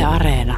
Areena.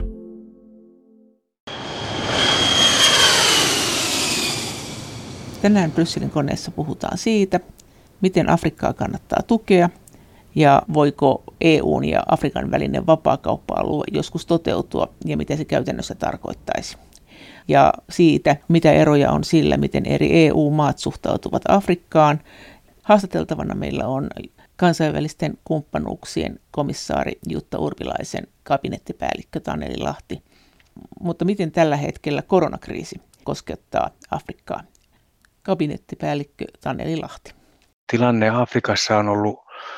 Tänään Brysselin koneessa puhutaan siitä, miten Afrikkaa kannattaa tukea ja voiko EUn ja Afrikan välinen vapaakauppa-alue joskus toteutua ja mitä se käytännössä tarkoittaisi. Ja siitä, mitä eroja on sillä, miten eri EU-maat suhtautuvat Afrikkaan. Haastateltavana meillä on kansainvälisten kumppanuuksien komissaari Jutta Urpilaisen kabinettipäällikkö Taneli Lahti. Mutta miten tällä hetkellä koronakriisi koskettaa Afrikkaa? Kabinettipäällikkö Taneli Lahti. Tilanne Afrikassa on ollut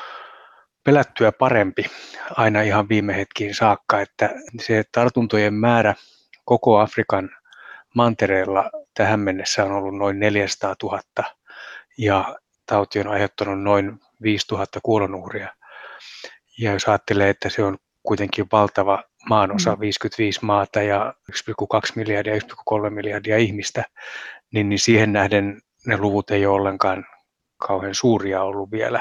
pelättyä parempi aina ihan viime hetkiin saakka, että se tartuntojen määrä koko Afrikan mantereella tähän mennessä on ollut noin 400 000 ja tauti on aiheuttanut noin 5 000 kuolonuhria. Ja jos ajattelee, että se on kuitenkin valtava maanosa, 55 maata ja 1,2 miljardia, 1,3 miljardia ihmistä, niin siihen nähden ne luvut ei ole ollenkaan kauhean suuria ollut vielä.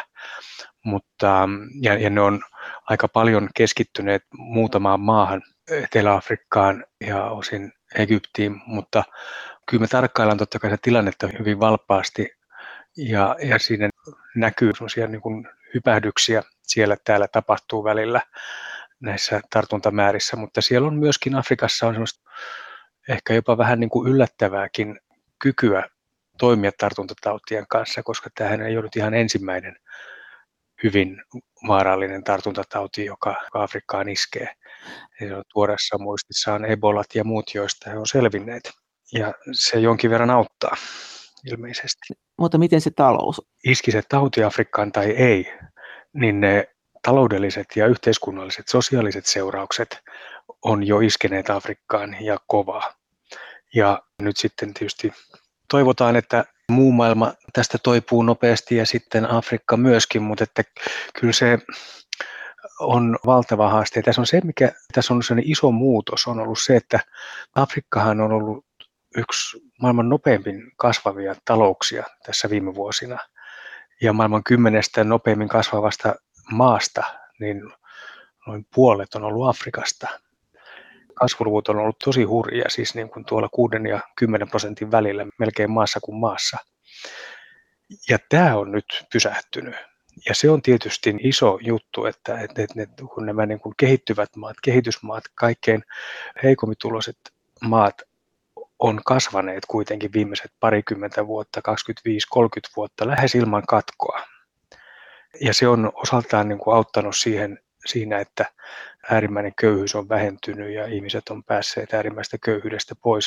Mutta, ja ne on aika paljon keskittyneet muutamaan maahan, Etelä-Afrikkaan ja osin Egyptiin, mutta kyllä me tarkkaillaan totta kai se tilannetta hyvin valppaasti ja siinä näkyy sellaisia niin kuin hypähdyksiä siellä täällä tapahtuu välillä näissä tartuntamäärissä, mutta siellä on myöskin Afrikassa on semmoista ehkä jopa vähän niin kuin yllättävääkin kykyä toimia tartuntatautien kanssa, koska tämähän ei ollut ihan ensimmäinen hyvin vaarallinen tartuntatauti, joka Afrikkaan iskee. Se on tuoreessa muistissaan ebolat ja muut, joista he on selvinneet. Ja se jonkin verran auttaa ilmeisesti. Mutta miten se talous? Iski se tauti Afrikkaan tai ei, niin ne taloudelliset ja yhteiskunnalliset, sosiaaliset seuraukset on jo iskeneet Afrikkaan ja kovaa. Ja nyt sitten tietysti toivotaan, että muu maailma tästä toipuu nopeasti ja sitten Afrikka myöskin, mutta että kyllä se on valtava haaste. Ja tässä on sellainen iso muutos on ollut se, että Afrikkahan on ollut yksi maailman nopeimmin kasvavia talouksia tässä viime vuosina. Ja maailman 10 nopeimmin kasvavasta maasta, niin noin puolet on ollut Afrikasta. Kasvuluvut on ollut tosi hurjia, siis niin kuin tuolla 6 ja 10% välillä, melkein maassa kuin maassa. Ja tämä on nyt pysähtynyt. Ja se on tietysti iso juttu, että kun nämä niin kuin kehittyvät maat, kehitysmaat, kaikkein heikommituloiset maat on kasvaneet kuitenkin viimeiset parikymmentä vuotta, 25-30 vuotta lähes ilman katkoa. Ja se on osaltaan niin kuin auttanut siinä, että äärimmäinen köyhyys on vähentynyt ja ihmiset on päässeet äärimmäistä köyhyydestä pois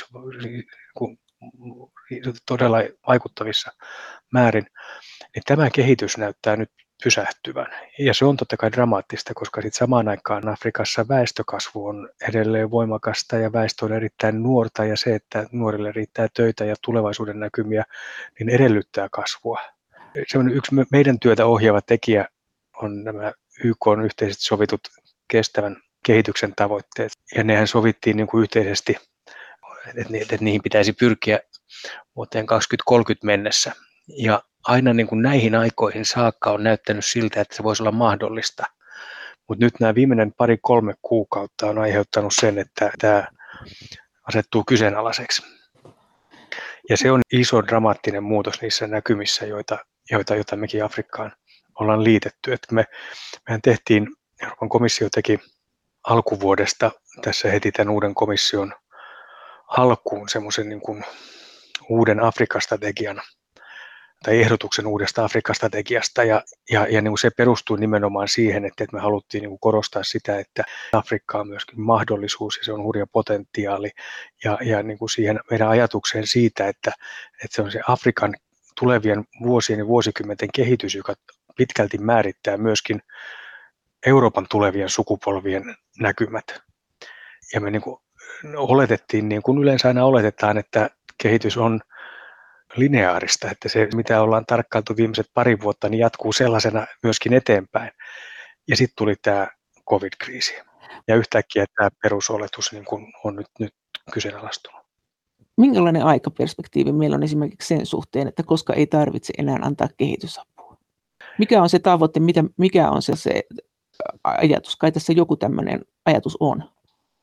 todella vaikuttavissa määrin. Niin tämä kehitys näyttää nyt pysähtyvän. Ja se on totta kai dramaattista, koska sitten samaan aikaan Afrikassa väestökasvu on edelleen voimakasta ja väestö on erittäin nuorta ja se, että nuorille riittää töitä ja tulevaisuuden näkymiä, niin edellyttää kasvua. Se on yksi meidän työtä ohjaava tekijä on nämä YK:n yhteisesti sovitut kestävän kehityksen tavoitteet. Ja nehän sovittiin niin kuin yhteisesti, että niihin pitäisi pyrkiä vuoteen 2030 mennessä. Ja aina niin kuin näihin aikoihin saakka on näyttänyt siltä, että se voisi olla mahdollista. Mutta nyt nämä viimeinen 2-3 kuukautta on aiheuttanut sen, että tämä asettuu kyseenalaiseksi. Ja se on iso dramaattinen muutos niissä näkymissä, joita mekin Afrikkaan ollaan liitetty. Että mehän tehtiin, Euroopan komissio teki alkuvuodesta tässä heti tämän uuden komission alkuun semmoisen niin kuin uuden Afrikka-strategian tai ehdotuksen uudesta Afrikka-strategiasta ja niin kuin se perustuu nimenomaan siihen, että me haluttiin niin kuin korostaa sitä, että Afrikka on myöskin mahdollisuus ja se on hurja potentiaali ja niin kuin siihen meidän ajatukseen siitä, että se on se Afrikan tulevien vuosien ja vuosikymmenten kehitys, joka pitkälti määrittää myöskin Euroopan tulevien sukupolvien näkymät. Ja me niin kuin oletettiin, niin kuin yleensä aina oletetaan, että kehitys on lineaarista, että se mitä ollaan tarkkailtu viimeiset 2 vuotta, niin jatkuu sellaisena myöskin eteenpäin. Ja sitten tuli tämä COVID-kriisi. Ja yhtäkkiä tämä perusoletus niin kuin on nyt kyseenalaistunut. Minkälainen aikaperspektiivi meillä on esimerkiksi sen suhteen, että koska ei tarvitse enää antaa kehitysapua? Mikä on se tavoite, mikä on se ajatus? Kai tässä joku tämmöinen ajatus on.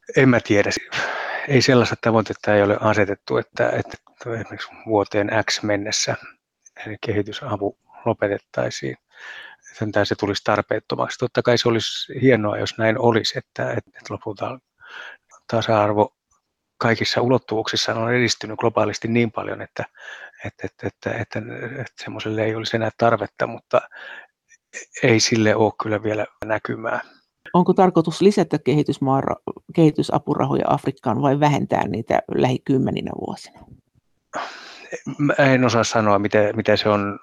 En mä tiedä. Ei sellaista tavoitetta ei ole asetettu, että esimerkiksi vuoteen X mennessä eli kehitysapu lopetettaisiin. Se tulisi tarpeettomaksi. Totta kai se olisi hienoa, jos näin olisi, että lopulta tasa-arvo kaikissa ulottuvuuksissa on edistynyt globaalisti niin paljon, että semmoiselle ei olisi enää tarvetta, mutta ei sille ole kyllä vielä näkymää. Onko tarkoitus lisätä kehitysapurahoja Afrikkaan vai vähentää niitä lähikymmeninä vuosina? Mä en osaa sanoa, mitä se on,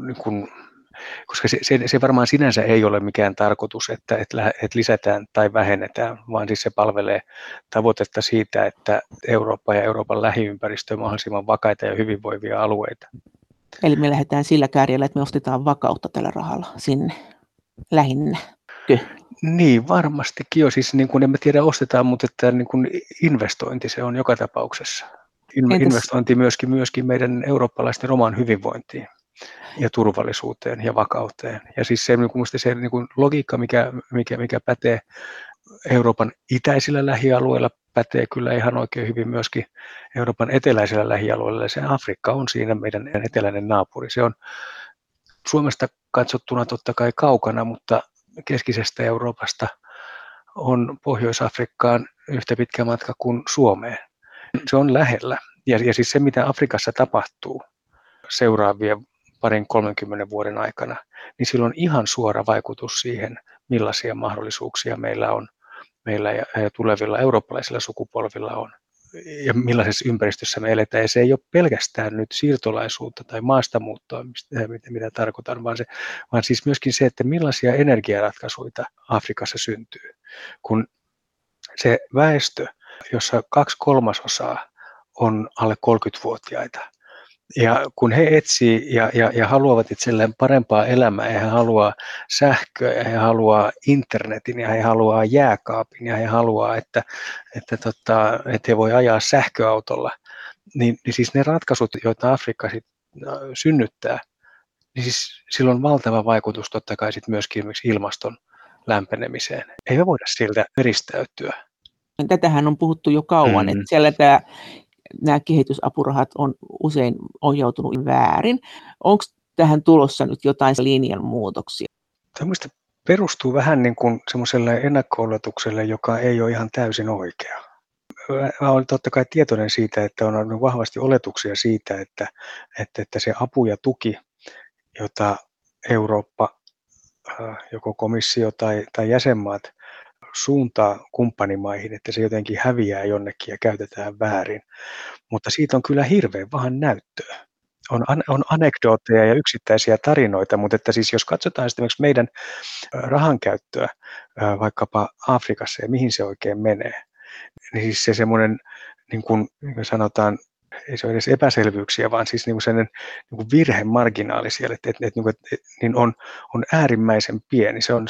koska se varmaan sinänsä ei ole mikään tarkoitus, että lisätään tai vähennetään, vaan siis se palvelee tavoitetta siitä, että Eurooppa ja Euroopan lähiympäristö on mahdollisimman vakaita ja hyvinvoivia alueita. Eli me lähdetään sillä kärjellä, että me ostetaan vakautta tällä rahalla sinne lähinnä. Niin, varmastikin jo. Siis en mä tiedä ostetaan, mutta että investointi se on joka tapauksessa. Investointi myöskin meidän eurooppalaisten omaan hyvinvointiin ja turvallisuuteen ja vakauteen. Ja siis se logiikka, mikä pätee Euroopan itäisillä lähialueilla, pätee kyllä ihan oikein hyvin myöskin Euroopan eteläisillä lähialueilla. Se Afrikka on siinä meidän eteläinen naapuri. Se on Suomesta katsottuna totta kai kaukana, mutta keskisestä Euroopasta on Pohjois-Afrikkaan yhtä pitkä matka kuin Suomeen. Se on lähellä. Ja siis se, mitä Afrikassa tapahtuu seuraavien 20-30 vuoden aikana, niin sillä on ihan suora vaikutus siihen, millaisia mahdollisuuksia meillä ja tulevilla eurooppalaisilla sukupolvilla on. Ja millaisessa ympäristössä me eletään. Ja se ei ole pelkästään nyt siirtolaisuutta tai maastamuuttoa, mitä tarkoitan, vaan siis myöskin se, että millaisia energiaratkaisuja Afrikassa syntyy. Kun se väestö, jossa 2/3 on alle 30-vuotiaita, ja kun he etsii ja haluavat itselleen parempaa elämää, ja he haluaa sähköä, ja he haluaa internetin, ja he haluaa jääkaapin, ja he haluaa, että he voi ajaa sähköautolla, niin siis ne ratkaisut, joita Afrikka synnyttää, niin siis sillä on valtava vaikutus totta kai sit myöskin ilmaston lämpenemiseen. Ei me voida siltä eristäytyä. Tätähän on puhuttu jo kauan, että siellä nämä kehitysapurahat on usein ohjautunut väärin. Onko tähän tulossa nyt jotain linjanmuutoksia? Tämmöistä perustuu vähän niin kuin semmoiselle ennakko-oletukselle, joka ei ole ihan täysin oikea. Mä olen totta kai tietoinen siitä, että on vahvasti oletuksia siitä, että se apu ja tuki, jota Eurooppa, joko komissio tai jäsenmaat suuntaa kumppanimaihin, että se jotenkin häviää jonnekin ja käytetään väärin. Mutta siitä on kyllä hirveän vähän näyttöä. On anekdootteja ja yksittäisiä tarinoita, mutta että siis jos katsotaan esimerkiksi meidän rahankäyttöä vaikkapa Afrikassa ja mihin se oikein menee, niin siis se semmoinen, niin kuin sanotaan, ei se ole edes epäselvyyksiä, vaan siis sellainen virhemarginaali siellä, niin on äärimmäisen pieni. Se on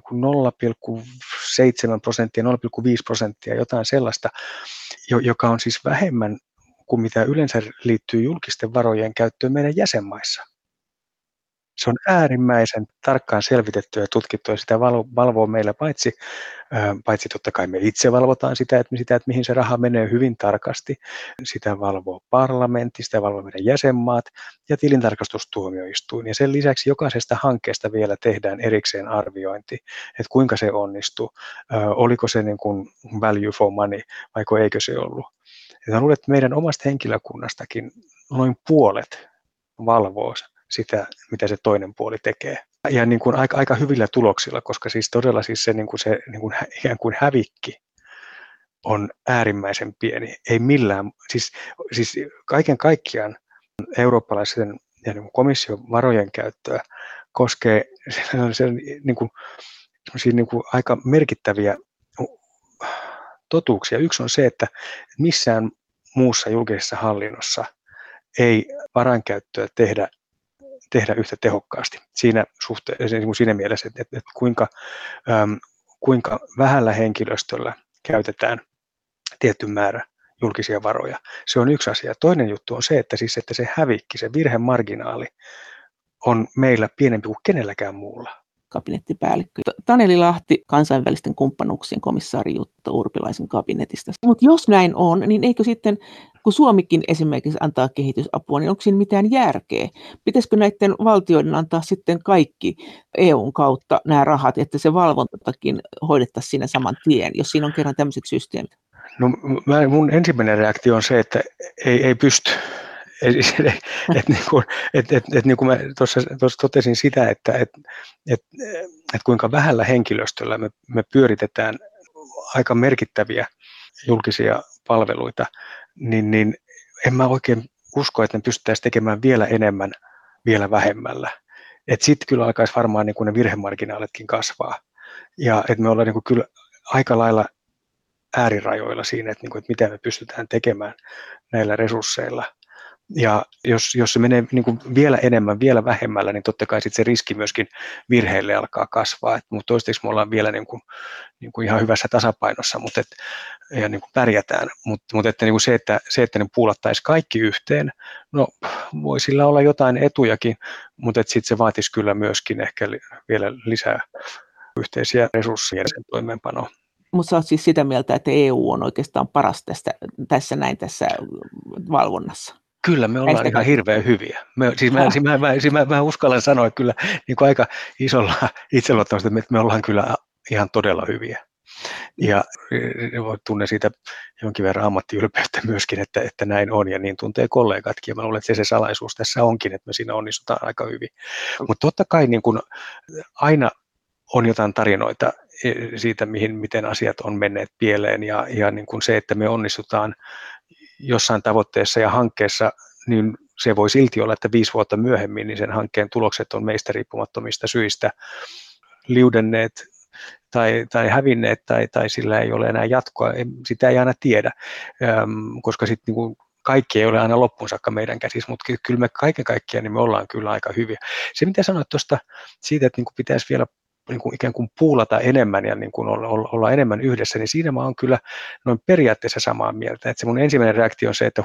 0,7%, 0,5%, jotain sellaista, joka on siis vähemmän kuin mitä yleensä liittyy julkisten varojen käyttöön meidän jäsenmaissa. Se on äärimmäisen tarkkaan selvitettyä ja tutkittua, ja sitä valvoo meillä paitsi totta kai me itse valvotaan sitä, että mihin se raha menee hyvin tarkasti. Sitä valvoo parlamentti, sitä valvoo meidän jäsenmaat ja tilintarkastustuomioistuin. Ja sen lisäksi jokaisesta hankkeesta vielä tehdään erikseen arviointi, että kuinka se onnistuu, oliko se niin kuin value for money vaiko eikö se ollut. Ja luulen, että meidän omasta henkilökunnastakin noin puolet valvoo sitä, mitä se toinen puoli tekee. Ja niin kuin aika hyvillä tuloksilla, koska siis todella siis se ikään kuin hävikki on äärimmäisen pieni. Ei millään, siis kaiken kaikkiaan eurooppalaisen ja niin kuin komission varojen käyttöä koskee niin kuin aika merkittäviä totuuksia. Yksi on se, että missään muussa julkisessa hallinnossa ei varainkäyttöä tehdä yhtä tehokkaasti siinä mielessä, että kuinka vähällä henkilöstöllä käytetään tietty määrä julkisia varoja. Se on yksi asia. Toinen juttu on se, että se hävikki, se virhemarginaali on meillä pienempi kuin kenelläkään muulla. kabinettipäällikkö. Taneli Lahti kansainvälisten kumppanuuksien komissaari Jutta Urpilaisen kabinetista. Mutta jos näin on, niin eikö sitten, kun Suomikin esimerkiksi antaa kehitysapua, niin onko siinä mitään järkeä? Pitäisikö näiden valtioiden antaa sitten kaikki EUn kautta nämä rahat, että se valvontakin hoidettaisiin siinä saman tien, jos siinä on kerran tämmöiset systeemit? No, mun ensimmäinen reaktio on se, että ei pysty. Niin kuin mä tuossa totesin sitä, että kuinka vähällä henkilöstöllä me pyöritetään aika merkittäviä julkisia palveluita, niin en mä oikein usko, että ne pystyttäisiin tekemään vielä enemmän, vielä vähemmällä. Sitten kyllä alkaisi varmaan niin kuin ne virhemarginaalitkin kasvaa. Ja että me ollaan niin kuin kyllä aika lailla äärirajoilla siinä, että mitä me pystytään tekemään näillä resursseilla. Ja jos se menee niin kuin vielä enemmän, vielä vähemmällä, niin totta kai sit se riski myöskin virheille alkaa kasvaa. Mutta toistaiseksi me ollaan vielä niin kuin ihan hyvässä tasapainossa ja niin kuin pärjätään. Mutta että niin kuin se, että ne puulattaisiin kaikki yhteen, no voi sillä olla jotain etujakin, mutta sitten se vaatisi kyllä myöskin ehkä vielä lisää yhteisiä resursseja sen toimeenpanoon. Mutta sä oot siis sitä mieltä, että EU on oikeastaan paras tässä valvonnassa. Kyllä, me ollaan ihan hirveän hyviä. Mä uskallan sanoa kyllä niin kuin aika isolla itseluottamusta, että me ollaan kyllä ihan todella hyviä. Ja tunnen siitä jonkin verran ammattiylpeyttä myöskin, että näin on ja niin tuntee kollegatkin. Ja mä luulen, että se salaisuus tässä onkin, että me siinä onnistutaan aika hyvin. Mutta totta kai niin kuin aina on jotain tarinoita siitä, miten asiat on menneet pieleen ja niin kuin se, että me onnistutaan jossain tavoitteessa ja hankkeessa, niin se voi silti olla, että 5 vuotta myöhemmin niin sen hankkeen tulokset on meistä riippumattomista syistä liudenneet tai hävinneet tai sillä ei ole enää jatkoa. Sitä ei aina tiedä, koska sitten niin kaikki ei ole aina loppuun saakka meidän käsissä, mutta kyllä me kaiken kaikkiaan niin me ollaan kyllä aika hyviä. Se mitä sanoit tuosta siitä, että niin kuin pitäisi vielä niin kuin ikään kuin puulata enemmän ja niin kuin olla enemmän yhdessä, niin siinä mä oon kyllä noin periaatteessa samaa mieltä. Että se mun ensimmäinen reaktio on se, että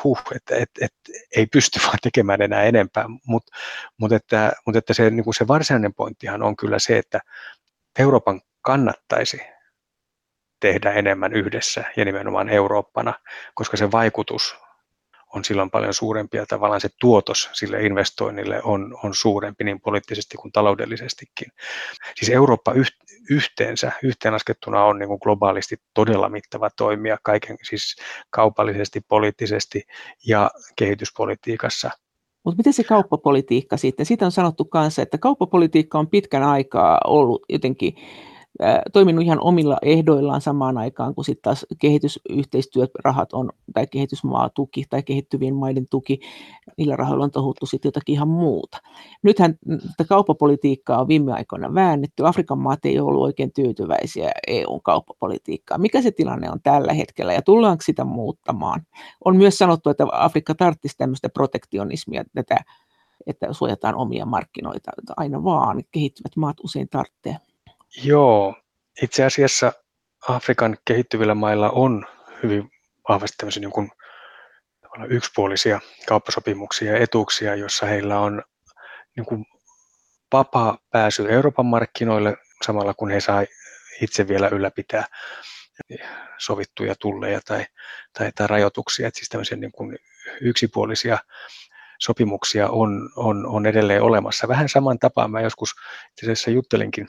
ei pysty vaan tekemään enää enempää, mutta että se, niin kuin se varsinainen pointtihan on kyllä se, että Euroopan kannattaisi tehdä enemmän yhdessä ja nimenomaan Eurooppana, koska se vaikutus on silloin paljon suurempi ja tavallaan se tuotos sille investoinnille on suurempi niin poliittisesti kuin taloudellisestikin. Siis Eurooppa yhteenlaskettuna on niin kuin globaalisti todella mittava toimija siis kaupallisesti, poliittisesti ja kehityspolitiikassa. Mutta miten se kauppapolitiikka sitten? Siitä on sanottu kanssa, että kauppapolitiikka on pitkän aikaa ollut jotenkin toiminut ihan omilla ehdoillaan samaan aikaan, kun sitten taas kehitysyhteistyörahat on, tai kehitysmaatuki tai kehittyvien maiden tuki, niillä rahoilla on tohuttu sitten jotakin ihan muuta. Nythän tätä kauppapolitiikkaa on viime aikoina väännetty. Afrikan maat ei ole ollut oikein tyytyväisiä EUn kauppapolitiikkaan. Mikä se tilanne on tällä hetkellä ja tullaanko sitä muuttamaan? On myös sanottu, että Afrikka tarvitsisi tämmöistä protektionismia, että suojataan omia markkinoita. Aina vaan kehittyvät maat usein tarvitsee. Joo, itse asiassa Afrikan kehittyvillä mailla on hyvin vahvasti tämmöisiä niin kuin yksipuolisia kauppasopimuksia ja etuuksia, joissa heillä on niin kuin vapaa pääsy Euroopan markkinoille samalla kun he saa itse vielä ylläpitää sovittuja tulleja tai rajoituksia. Että siis tämmöisiä niin kuin yksipuolisia sopimuksia on edelleen olemassa. Vähän saman tapaan mä joskus itse asiassa juttelinkin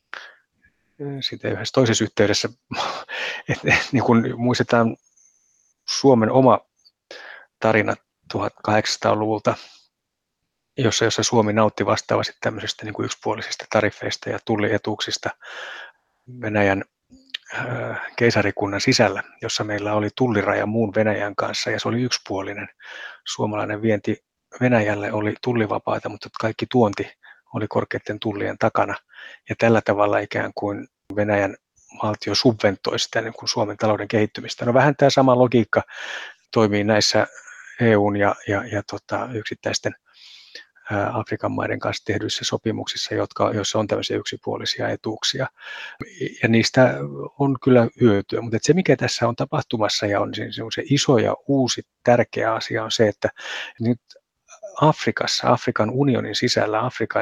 siitä yhdessä toisessa yhteydessä, että niin kun muistetaan Suomen oma tarina 1800-luvulta, jossa Suomi nautti vastaavasti tämmöisistä niin kuin yksipuolisista tariffeista ja tullietuuksista Venäjän keisarikunnan sisällä, jossa meillä oli tulliraja muun Venäjän kanssa ja se oli yksipuolinen. Suomalainen vienti Venäjälle oli tullivapaata, mutta kaikki tuonti oli korkeiden tullien takana. Ja tällä tavalla ikään kuin Venäjän valtio subventoi sitä niin kuin Suomen talouden kehittymistä. No vähän tämä sama logiikka toimii näissä EUn ja yksittäisten Afrikan maiden kanssa tehdyissä sopimuksissa, joissa on tämmöisiä yksipuolisia etuuksia. Ja niistä on kyllä hyötyä, mutta se mikä tässä on tapahtumassa ja on se iso ja uusi tärkeä asia on se, että nyt Afrikassa, Afrikan unionin sisällä, Afrikan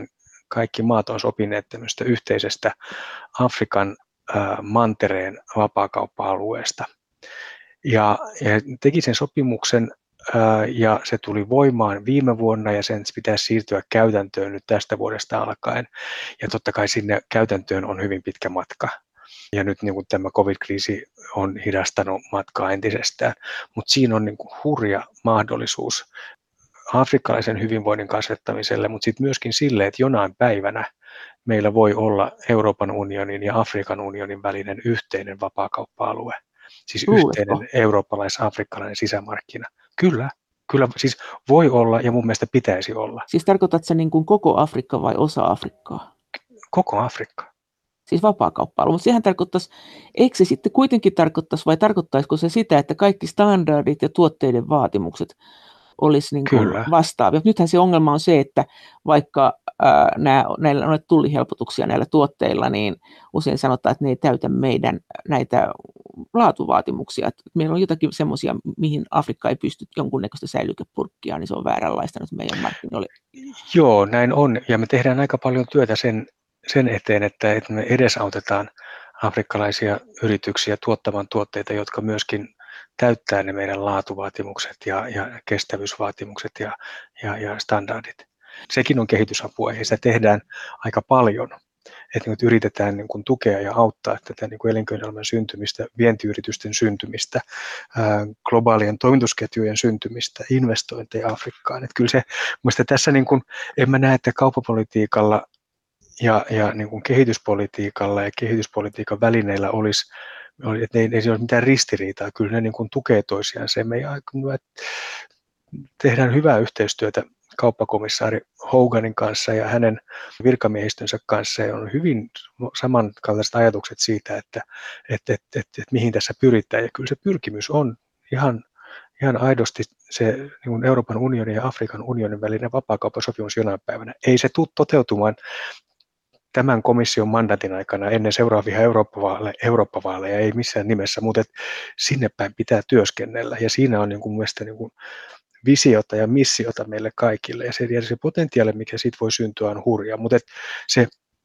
kaikki maat on sopineet tämmöistä yhteisestä Afrikan mantereen vapaakauppa-alueesta. Ja teki sen sopimuksen ja se tuli voimaan viime vuonna ja sen pitäisi siirtyä käytäntöön nyt tästä vuodesta alkaen. Ja totta kai sinne käytäntöön on hyvin pitkä matka. Ja nyt niin kuin tämä covid-kriisi on hidastanut matkaa entisestään, mutta siinä on niin kuin hurja mahdollisuus afrikkalaisen hyvinvoinnin kasvattamiselle, mutta sitten myöskin sille, että jonain päivänä meillä voi olla Euroopan unionin ja Afrikan unionin välinen yhteinen vapaakauppa-alue. Siis yhteinen eurooppalais-afrikkalainen sisämarkkina. Kyllä, siis voi olla ja mun mielestä pitäisi olla. Siis tarkoitatko se niin kuin koko Afrikka vai osa Afrikkaa? Koko Afrikka. Siis vapaakauppa-alue, mutta sehän tarkoittaisi, eikö se sitten kuitenkin tarkoittaisi vai tarkoittaisiko se sitä, että kaikki standardit ja tuotteiden vaatimukset olisi niin kuin vastaavia. Nythän se ongelma on se, että vaikka näillä on tullihelpotuksia näillä tuotteilla, niin usein sanotaan, että ne ei täytä meidän näitä laatuvaatimuksia. Että meillä on jotakin semmoisia, mihin Afrikka ei pysty jonkunnäköistä säilykepurkkia, niin se on vääränlaista nyt meidän markkinoille. Joo, näin on. Ja me tehdään aika paljon työtä sen eteen, että me edesautetaan afrikkalaisia yrityksiä tuottamaan tuotteita, jotka myöskin täyttää ne meidän laatuvaatimukset ja kestävyysvaatimukset ja standardit. Sekin on kehitysapua ja sitä tehdään aika paljon. Että nyt yritetään niin kuin tukea ja auttaa tätä niin kuin elinkeinoelämän syntymistä, vientiyritysten syntymistä, globaalien toimitusketjujen syntymistä, investointeja Afrikkaan. Että kyllä se, mielestäni tässä niin kuin, en mä näe, että kauppapolitiikalla ja niin kuin kehityspolitiikalla ja kehityspolitiikan välineillä olisi, että ei ole mitään ristiriitaa, kyllä ne niin kuin tukee toisiaan. Me tehdään hyvää yhteistyötä kauppakomissaari Hoganin kanssa ja hänen virkamiehistönsä kanssa, ja on hyvin samankaltaiset ajatukset siitä, että mihin tässä pyritään, ja kyllä se pyrkimys on ihan aidosti se niin Euroopan unionin ja Afrikan unionin välinen vapaakauppasopimus jonain päivänä. Ei se tule toteutumaan tämän komission mandaatin aikana ennen seuraavia Eurooppa-vaaleja, ei missään nimessä, mutta sinne päin pitää työskennellä, ja siinä on niin kuin mielestäni niin kuin visiota ja missiota meille kaikille, ja se potentiaali, mikä siitä voi syntyä, on hurja, mutta se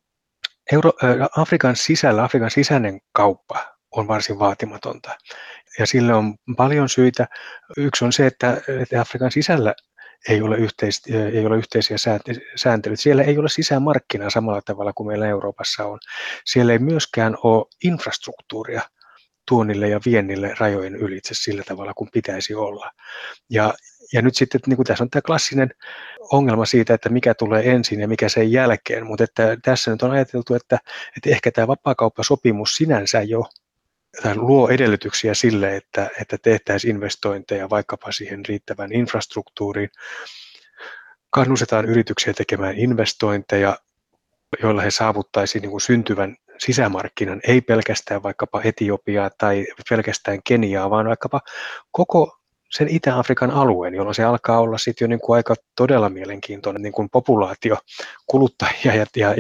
Afrikan sisäinen kauppa on varsin vaatimatonta, ja sille on paljon syitä. Yksi on se, että Afrikan sisällä ei ole yhteisiä sääntelyitä. Siellä ei ole sisämarkkinaa samalla tavalla kuin meillä Euroopassa on. Siellä ei myöskään ole infrastruktuuria tuonnille ja viennille rajojen ylitse sillä tavalla kuin pitäisi olla. Ja nyt sitten niin kuin tässä on tämä klassinen ongelma siitä, että mikä tulee ensin ja mikä sen jälkeen, mutta että tässä nyt on ajateltu, että ehkä tämä vapaakauppasopimus sinänsä jo luo edellytyksiä sille, että tehtäisiin investointeja vaikkapa siihen riittävän infrastruktuuriin, kannustetaan yrityksiä tekemään investointeja, joilla he saavuttaisiin niin kuin syntyvän sisämarkkinan, ei pelkästään vaikkapa Etiopiaa tai pelkästään Keniaa, vaan vaikkapa koko sen Itä-Afrikan alueen, jolloin se alkaa olla sitten jo niin kuin aika todella mielenkiintoinen niin kuin populaatio, kuluttajia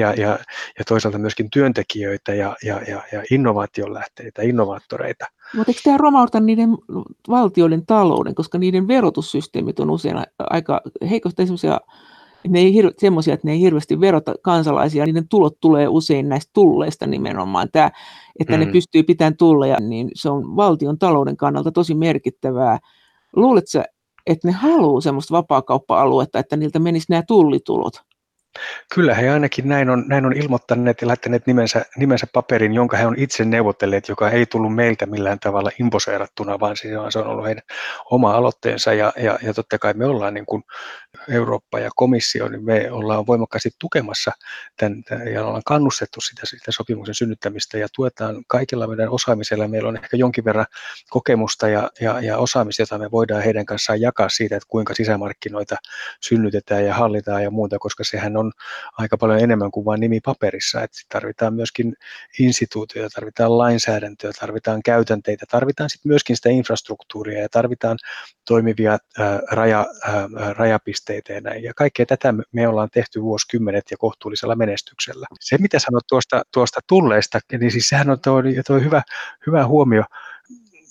ja toisaalta myöskin työntekijöitä ja innovaation lähteitä, innovaattoreita. Mutta eikö tämä romauta niiden valtioiden talouden, koska niiden verotussysteemit on usein aika heikosti semmoisia, että ne ei hirveästi verota kansalaisia, niiden tulot tulee usein näistä tulleista nimenomaan. Tämä, että ne pystyy pitämään tulleja, niin se on valtion talouden kannalta tosi merkittävää. Luuletko, että ne haluaa semmoista vapaakauppa-aluetta, että niiltä menisi nämä tullitulot? Kyllä he ainakin näin on ilmoittaneet ja laittaneet nimensä paperin, jonka he on itse neuvotelleet, joka ei tullut meiltä millään tavalla imposeerattuna, vaan se on ollut heidän oma aloitteensa ja totta kai me ollaan niin kuin Eurooppa ja komissio, niin me ollaan voimakkaasti tukemassa ja ollaan kannustettu sitä sopimuksen synnyttämistä ja tuetaan kaikilla meidän osaamisella. Meillä on ehkä jonkin verran kokemusta ja osaamista, jota me voidaan heidän kanssaan jakaa siitä, että kuinka sisämarkkinoita synnytetään ja hallitaan ja muuta, koska sehän on aika paljon enemmän kuin vain nimi paperissa. Että tarvitaan myöskin instituutioita, tarvitaan lainsäädäntöä, tarvitaan käytänteitä, tarvitaan sitten myöskin sitä infrastruktuuria ja tarvitaan toimivia rajapisteitä ja näin. Ja kaikkea tätä me ollaan tehty vuosikymmenet ja kohtuullisella menestyksellä. Se, mitä sanoit tuosta tulleista, niin siis sehän on tuo hyvä huomio.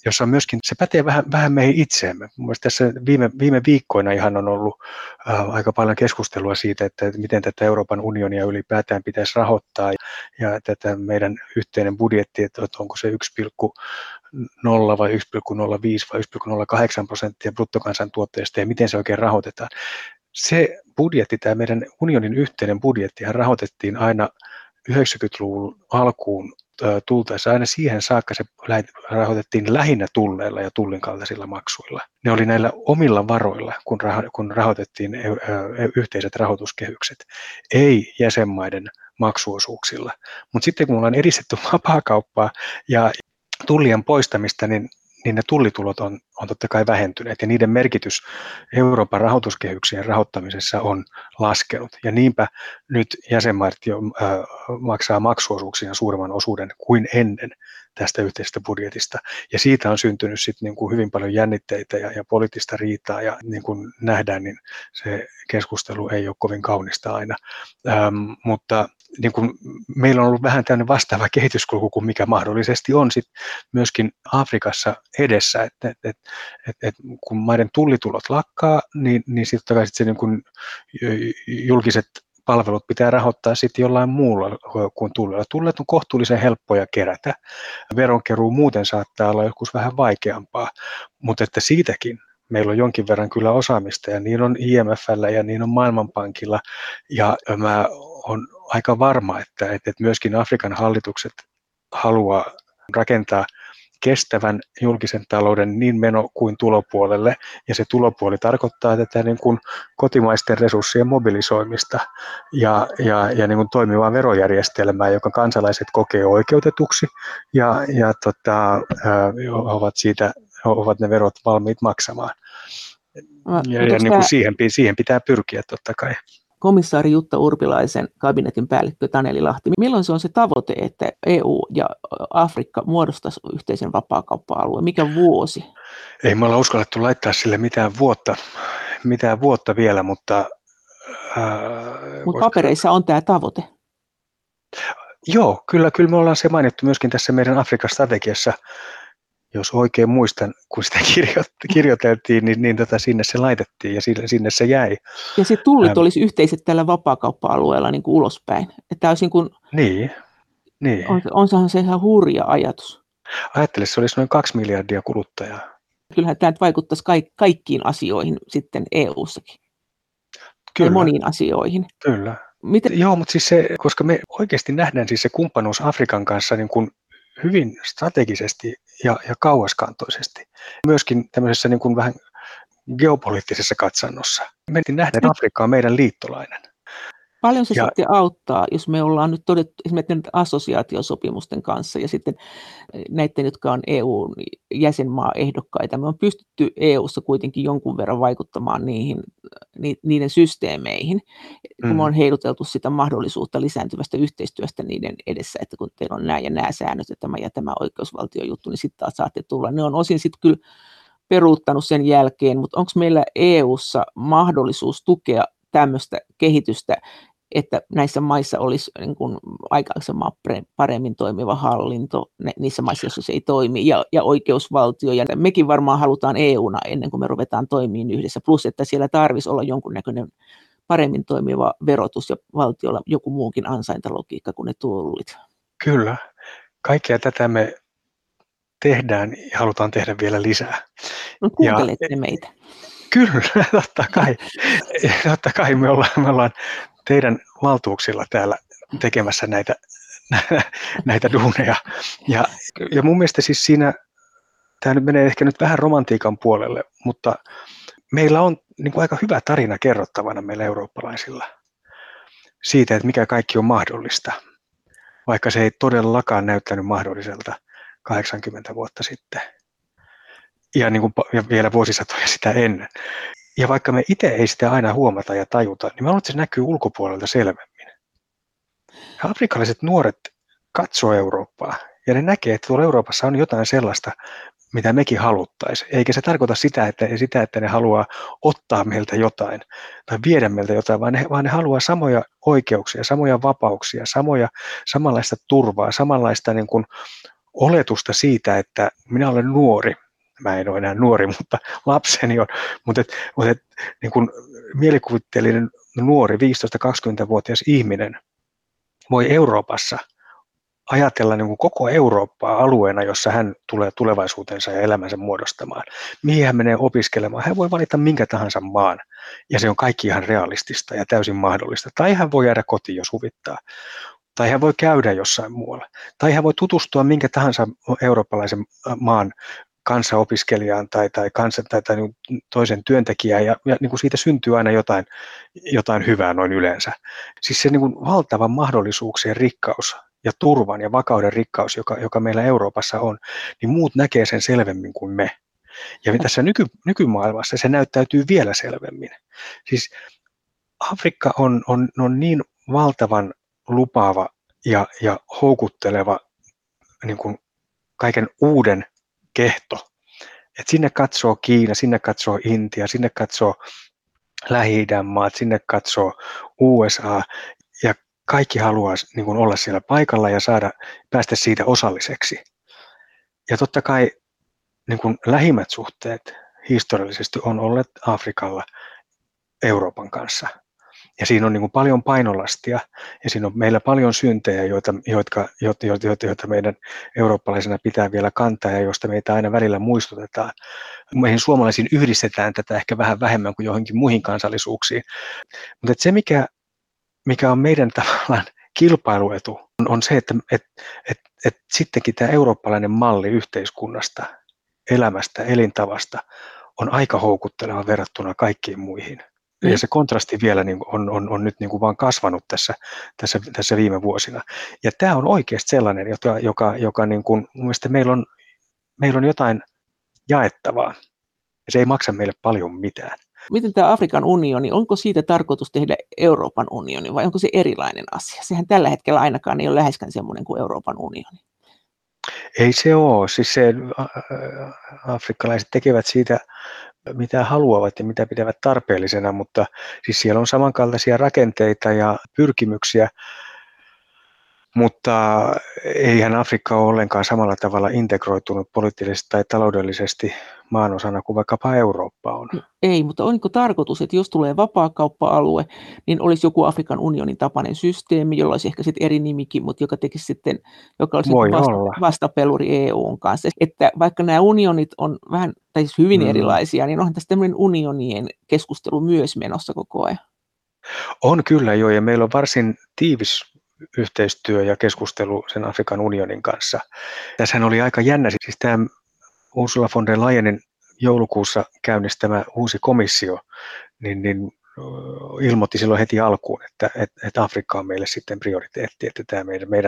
jossa on myöskin, se pätee vähän meihin itseemme. Mielestäni tässä viime viikkoina ihan on ollut aika paljon keskustelua siitä, että miten tätä Euroopan unionia ylipäätään pitäisi rahoittaa ja tätä meidän yhteinen budjetti, että onko se 1,0 vai 1,05 vai 1,08% bruttokansantuotteesta ja miten se oikein rahoitetaan. Se budjetti, tämä meidän unionin yhteinen budjettihan rahoitettiin aina 90-luvun alkuun tultaessa, aina siihen saakka se rahoitettiin lähinnä tulleilla ja tullin kaltaisilla maksuilla. Ne oli näillä omilla varoilla, kun rahoitettiin yhteiset rahoituskehykset, ei jäsenmaiden maksuosuuksilla. Mutta sitten kun ollaan edistetty vapaakauppaa ja tullien poistamista, niin ne tullitulot on totta kai vähentyneet ja niiden merkitys Euroopan rahoituskehyksien rahoittamisessa on laskenut. Ja niinpä nyt jäsenmaat jo maksaa maksuosuuksien suuremman osuuden kuin ennen tästä yhteisestä budjetista. Ja siitä on syntynyt sitten niin kuin hyvin paljon jännitteitä ja poliittista riitaa ja niin kuin nähdään, niin se keskustelu ei ole kovin kaunista aina. Mutta niin kuin meillä on ollut vähän tämmöinen vastaava kehityskulku kuin mikä mahdollisesti on sit myöskin Afrikassa edessä, että kun maiden tullitulot lakkaa, niin sitten se niin kuin julkiset palvelut pitää rahoittaa sitten jollain muulla kuin tullilla. Tullit on kohtuullisen helppoja kerätä. Veronkeruu muuten saattaa olla joskus vähän vaikeampaa, mutta että siitäkin meillä on jonkin verran kyllä osaamista ja niin on IMF:llä ja niin on Maailmanpankilla ja mä on aika varma, että myöskin Afrikan hallitukset haluaa rakentaa kestävän julkisen talouden niin meno- kuin tulopuolelle, ja se tulopuoli tarkoittaa tätä niin kuin kotimaisten resurssien mobilisoimista ja niin kuin toimivaa verojärjestelmää, joka kansalaiset kokee oikeutetuksi ja ovat ne verot valmiit maksamaan. Ja niin kuin siihen pitää pyrkiä totta kai. Komissaari Jutta Urpilaisen kabinetin päällikkö Taneli Lahti. Milloin se on se tavoite, että EU ja Afrikka muodostaisi yhteisen vapaakauppa-alueen? Mikä vuosi? Ei me olla uskallettu laittaa sille mitään vuotta vielä, mutta papereissa on tämä tavoite. Joo, kyllä me ollaan se mainittu myöskin tässä meidän Afrikka-strategiassa. Jos oikein muistan, kun sitä kirjoiteltiin, niin sinne se laitettiin ja sinne se jäi. Ja se tullit olisi yhteiset tällä vapaakauppa-alueella niin kuin ulospäin. Että olisi niin. Onhan se ihan hurja ajatus. Ajattele, se olisi noin 2 miljardia kuluttajaa. Kyllähän tämä vaikuttaisi kaikkiin asioihin sitten EU-sakin. Kyllä. Ja moniin asioihin. Kyllä. Joo, mutta siis se, koska me oikeasti nähdään siis se kumppanuus Afrikan kanssa niin kuin hyvin strategisesti ja kauaskantoisesti. Myöskin tämmöisessä niin kuin vähän geopoliittisessa katsannossa. Me nähdään, Afrikka on meidän liittolainen. Paljon se sitten auttaa, jos me ollaan nyt todettu esimerkiksi assosiaatiosopimusten kanssa ja sitten näiden, jotka on EU-jäsenmaa-ehdokkaita. Me on pystytty EU:ssa kuitenkin jonkun verran vaikuttamaan niiden systeemeihin, kun me on heiluteltu sitä mahdollisuutta lisääntyvästä yhteistyöstä niiden edessä, että kun teillä on nämä ja nämä säännöt ja tämä oikeusvaltiojuttu, niin sitten taas saatte tulla. Ne on osin sitten kyllä peruuttanut sen jälkeen, mutta onko meillä EU:ssa mahdollisuus tukea tämmöistä kehitystä, että näissä maissa olisi niin kuin aikaisemmin paremmin toimiva hallinto, niissä maissa, joissa se ei toimi, ja oikeusvaltio. Ja mekin varmaan halutaan EU:na ennen kuin me ruvetaan toimimaan yhdessä, plus että siellä tarvitsisi olla jonkunnäköinen paremmin toimiva verotus ja valtiolla joku muukin ansaintalogiikka kuin ne tullit. Kyllä. Kaikkea tätä me tehdään ja halutaan tehdä vielä lisää. No kuuntelette meitä. Kyllä, totta kai me ollaan teidän valtuuksilla täällä tekemässä näitä duuneja. Ja mun mielestä siis siinä, tämä nyt menee ehkä nyt vähän romantiikan puolelle, mutta meillä on niin kuin aika hyvä tarina kerrottavana meillä eurooppalaisilla siitä, että mikä kaikki on mahdollista, vaikka se ei todellakaan näyttänyt mahdolliselta 80 vuotta sitten. Ja vielä vuosisatoja sitä ennen. Ja vaikka me itse ei sitä aina huomata ja tajuta, niin mä luulen, että se näkyy ulkopuolelta selvemmin. Ja afrikkalaiset nuoret katsoo Eurooppaa ja ne näkee, että tuolla Euroopassa on jotain sellaista, mitä mekin haluttaisiin. Eikä se tarkoita sitä, että ne haluaa ottaa meiltä jotain tai viedä meiltä jotain, vaan ne haluaa samoja oikeuksia, samoja vapauksia, samanlaista turvaa, samanlaista niin kuin oletusta siitä, että minä olen nuori. Mä en ole enää nuori, mutta lapseni on. Mutta niin kuin mielikuvitteellinen nuori 15-20-vuotias ihminen voi Euroopassa ajatella niin kuin koko Eurooppaa alueena, jossa hän tulee tulevaisuutensa ja elämänsä muodostamaan. Mihin hän menee opiskelemaan? Hän voi valita minkä tahansa maan, ja se on kaikki ihan realistista ja täysin mahdollista. Tai hän voi jäädä kotiin, jos huvittaa. Tai hän voi käydä jossain muualla. Tai hän voi tutustua minkä tahansa eurooppalaisen maan kanssaopiskelijaan tai toisen työntekijään, ja niin kuin siitä syntyy aina jotain hyvää noin yleensä. Siis se niin kuin valtava mahdollisuuksien rikkaus ja turvan ja vakauden rikkaus, joka meillä Euroopassa on, niin muut näkee sen selvemmin kuin me. Ja tässä nykymaailmassa se näyttäytyy vielä selvemmin. Siis Afrikka on niin valtavan lupaava ja houkutteleva niin kuin kaiken uuden kehto. Et sinne katsoo Kiina, sinne katsoo Intia, sinne katsoo Lähi-idän maat, sinne katsoo USA, ja kaikki haluaa niin kuin olla siellä paikalla ja päästä siitä osalliseksi. Ja totta kai niin kuin lähimmät suhteet historiallisesti on olleet Afrikalla Euroopan kanssa. Ja siinä on niin kuin paljon painolastia, ja siinä on meillä paljon syntejä, joita meidän eurooppalaisena pitää vielä kantaa, ja joista meitä aina välillä muistutetaan. Meihin suomalaisiin yhdistetään tätä ehkä vähän vähemmän kuin johonkin muihin kansallisuuksiin. Mutta se, mikä on meidän tavallaan kilpailuetu, on se, että sittenkin tämä eurooppalainen malli yhteiskunnasta, elämästä, elintavasta on aika houkutteleva verrattuna kaikkiin muihin. Ja se kontrasti vielä on nyt vaan kasvanut tässä viime vuosina. Ja tämä on oikeasti sellainen, joka niin kuin, mun mielestä meillä on jotain jaettavaa. Ja se ei maksa meille paljon mitään. Miten tämä Afrikan unioni, onko siitä tarkoitus tehdä Euroopan unioni vai onko se erilainen asia? Sehän tällä hetkellä ainakaan ei ole läheskään semmoinen kuin Euroopan unioni. Ei se ole. Siis afrikkalaiset tekevät siitä mitä haluavat ja mitä pitävät tarpeellisena, mutta siis siellä on samankaltaisia rakenteita ja pyrkimyksiä, mutta eihän Afrikka ole ollenkaan samalla tavalla integroitunut poliittisesti tai taloudellisesti maanosana kuin vaikkapa Eurooppa on. Ei, mutta onko tarkoitus, että jos tulee vapaakauppa-alue, niin olisi joku Afrikan unionin tapainen systeemi, jolla olisi ehkä sitten eri nimikin, mutta joka olisi vastapeluri EUn kanssa. Että vaikka nämä unionit on vähän, tai siis hyvin erilaisia, niin onhan tässä tämmöinen unionien keskustelu myös menossa koko ajan. On kyllä jo, ja meillä on varsin tiivis yhteistyö ja keskustelu sen Afrikan unionin kanssa. Tässähän oli aika jännä, siis tämä Ursula von der Leyenin joulukuussa käynnistämä uusi komissio, niin ilmoitti silloin heti alkuun, että Afrikka on meille sitten prioriteetti, että tämä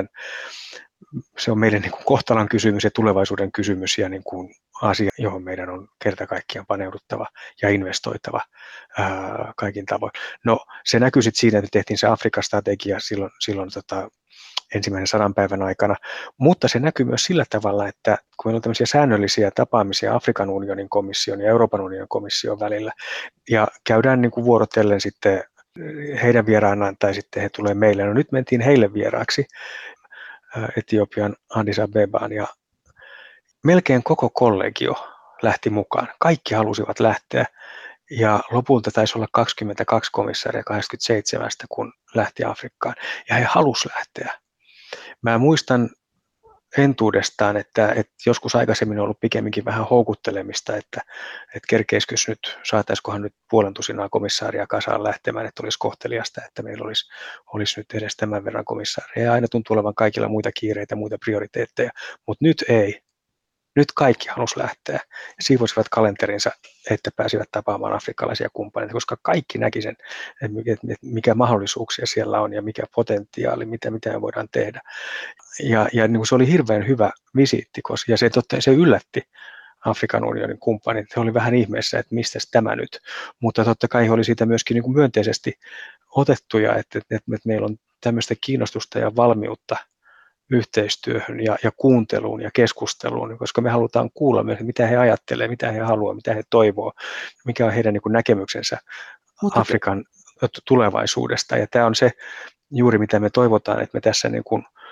se on meidän niin kuin kohtalon kysymys ja tulevaisuuden kysymys ja niin kuin asia, johon meidän on kerta kaikkiaan paneuduttava ja investoitava kaikin tavoin. No se näkyy sitten siinä, että tehtiin se Afrikka-strategia silloin ensimmäinen 100 päivän aikana, mutta se näkyy myös sillä tavalla, että kun meillä on tämmöisiä säännöllisiä tapaamisia Afrikan unionin komission ja Euroopan unionin komission välillä, ja käydään niin kuin vuorotellen sitten heidän vieraanaan tai sitten he tulee meille. No nyt mentiin heille vieraaksi Etiopian Addis Abebaan ja melkein koko kollegio lähti mukaan. Kaikki halusivat lähteä ja lopulta taisi olla 22 komissaaria 27, kun lähti Afrikkaan ja he halusivat lähteä. Mä muistan entuudestaan, että joskus aikaisemmin on ollut pikemminkin vähän houkuttelemista, että kerkeisikös nyt, saataisikohan nyt 1,5 komissaaria kasaan lähtemään, että olisi kohteliasta, että meillä olisi nyt edes tämän verran komissaaria. Ja aina tuntuu olevan kaikilla muita kiireitä, muita prioriteetteja, mutta nyt ei. Nyt kaikki halusi lähteä ja siivoisivat kalenterinsa, että pääsivät tapaamaan afrikkalaisia kumppaneita, koska kaikki näki sen, että mikä mahdollisuuksia siellä on ja mikä potentiaali, mitä me voidaan tehdä. Ja niin kuin se oli hirveän hyvä visiitti, ja se yllätti Afrikan unionin kumppanit. He oli vähän ihmeessä, että mistä tämä nyt. Mutta totta kai he oli siitä myöskin niin kuin myönteisesti otettuja, että meillä on tämmöistä kiinnostusta ja valmiutta yhteistyöhön ja kuunteluun ja keskusteluun, koska me halutaan kuulla myös, mitä he ajattelevat, mitä he haluavat, mitä he toivovat, mikä on heidän niin kuin näkemyksensä Afrikan tulevaisuudesta. Ja tämä on se juuri, mitä me toivotaan, että me tässä niin kuin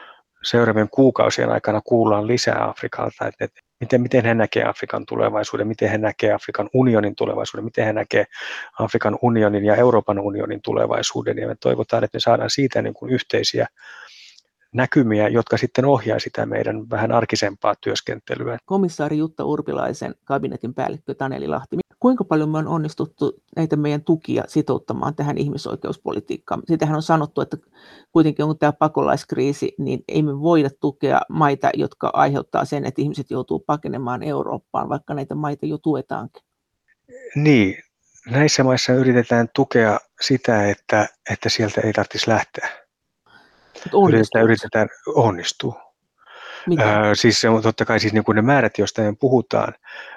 seuraavien kuukausien aikana kuullaan lisää Afrikalta, että miten he näkee Afrikan tulevaisuuden, miten he näkee Afrikan unionin tulevaisuuden, miten he näkee Afrikan unionin ja Euroopan unionin tulevaisuuden, ja me toivotaan, että me saadaan siitä niin kuin yhteisiä näkymiä, jotka sitten ohjaa sitä meidän vähän arkisempaa työskentelyä. Komissaari Jutta Urpilaisen kabinetin päällikkö Taneli Lahti, kuinka paljon me on onnistuttu näitä meidän tukia sitouttamaan tähän ihmisoikeuspolitiikkaan? Siitähän on sanottu, että kuitenkin on tämä pakolaiskriisi, niin ei me voida tukea maita, jotka aiheuttaa sen, että ihmiset joutuu pakenemaan Eurooppaan, vaikka näitä maita jo tuetaankin. Niin, näissä maissa yritetään tukea sitä, että sieltä ei tarvitsisi lähteä. Yritetään onnistua. Siis se on totta kai siis niin kuin ne määrät, joista me puhutaan,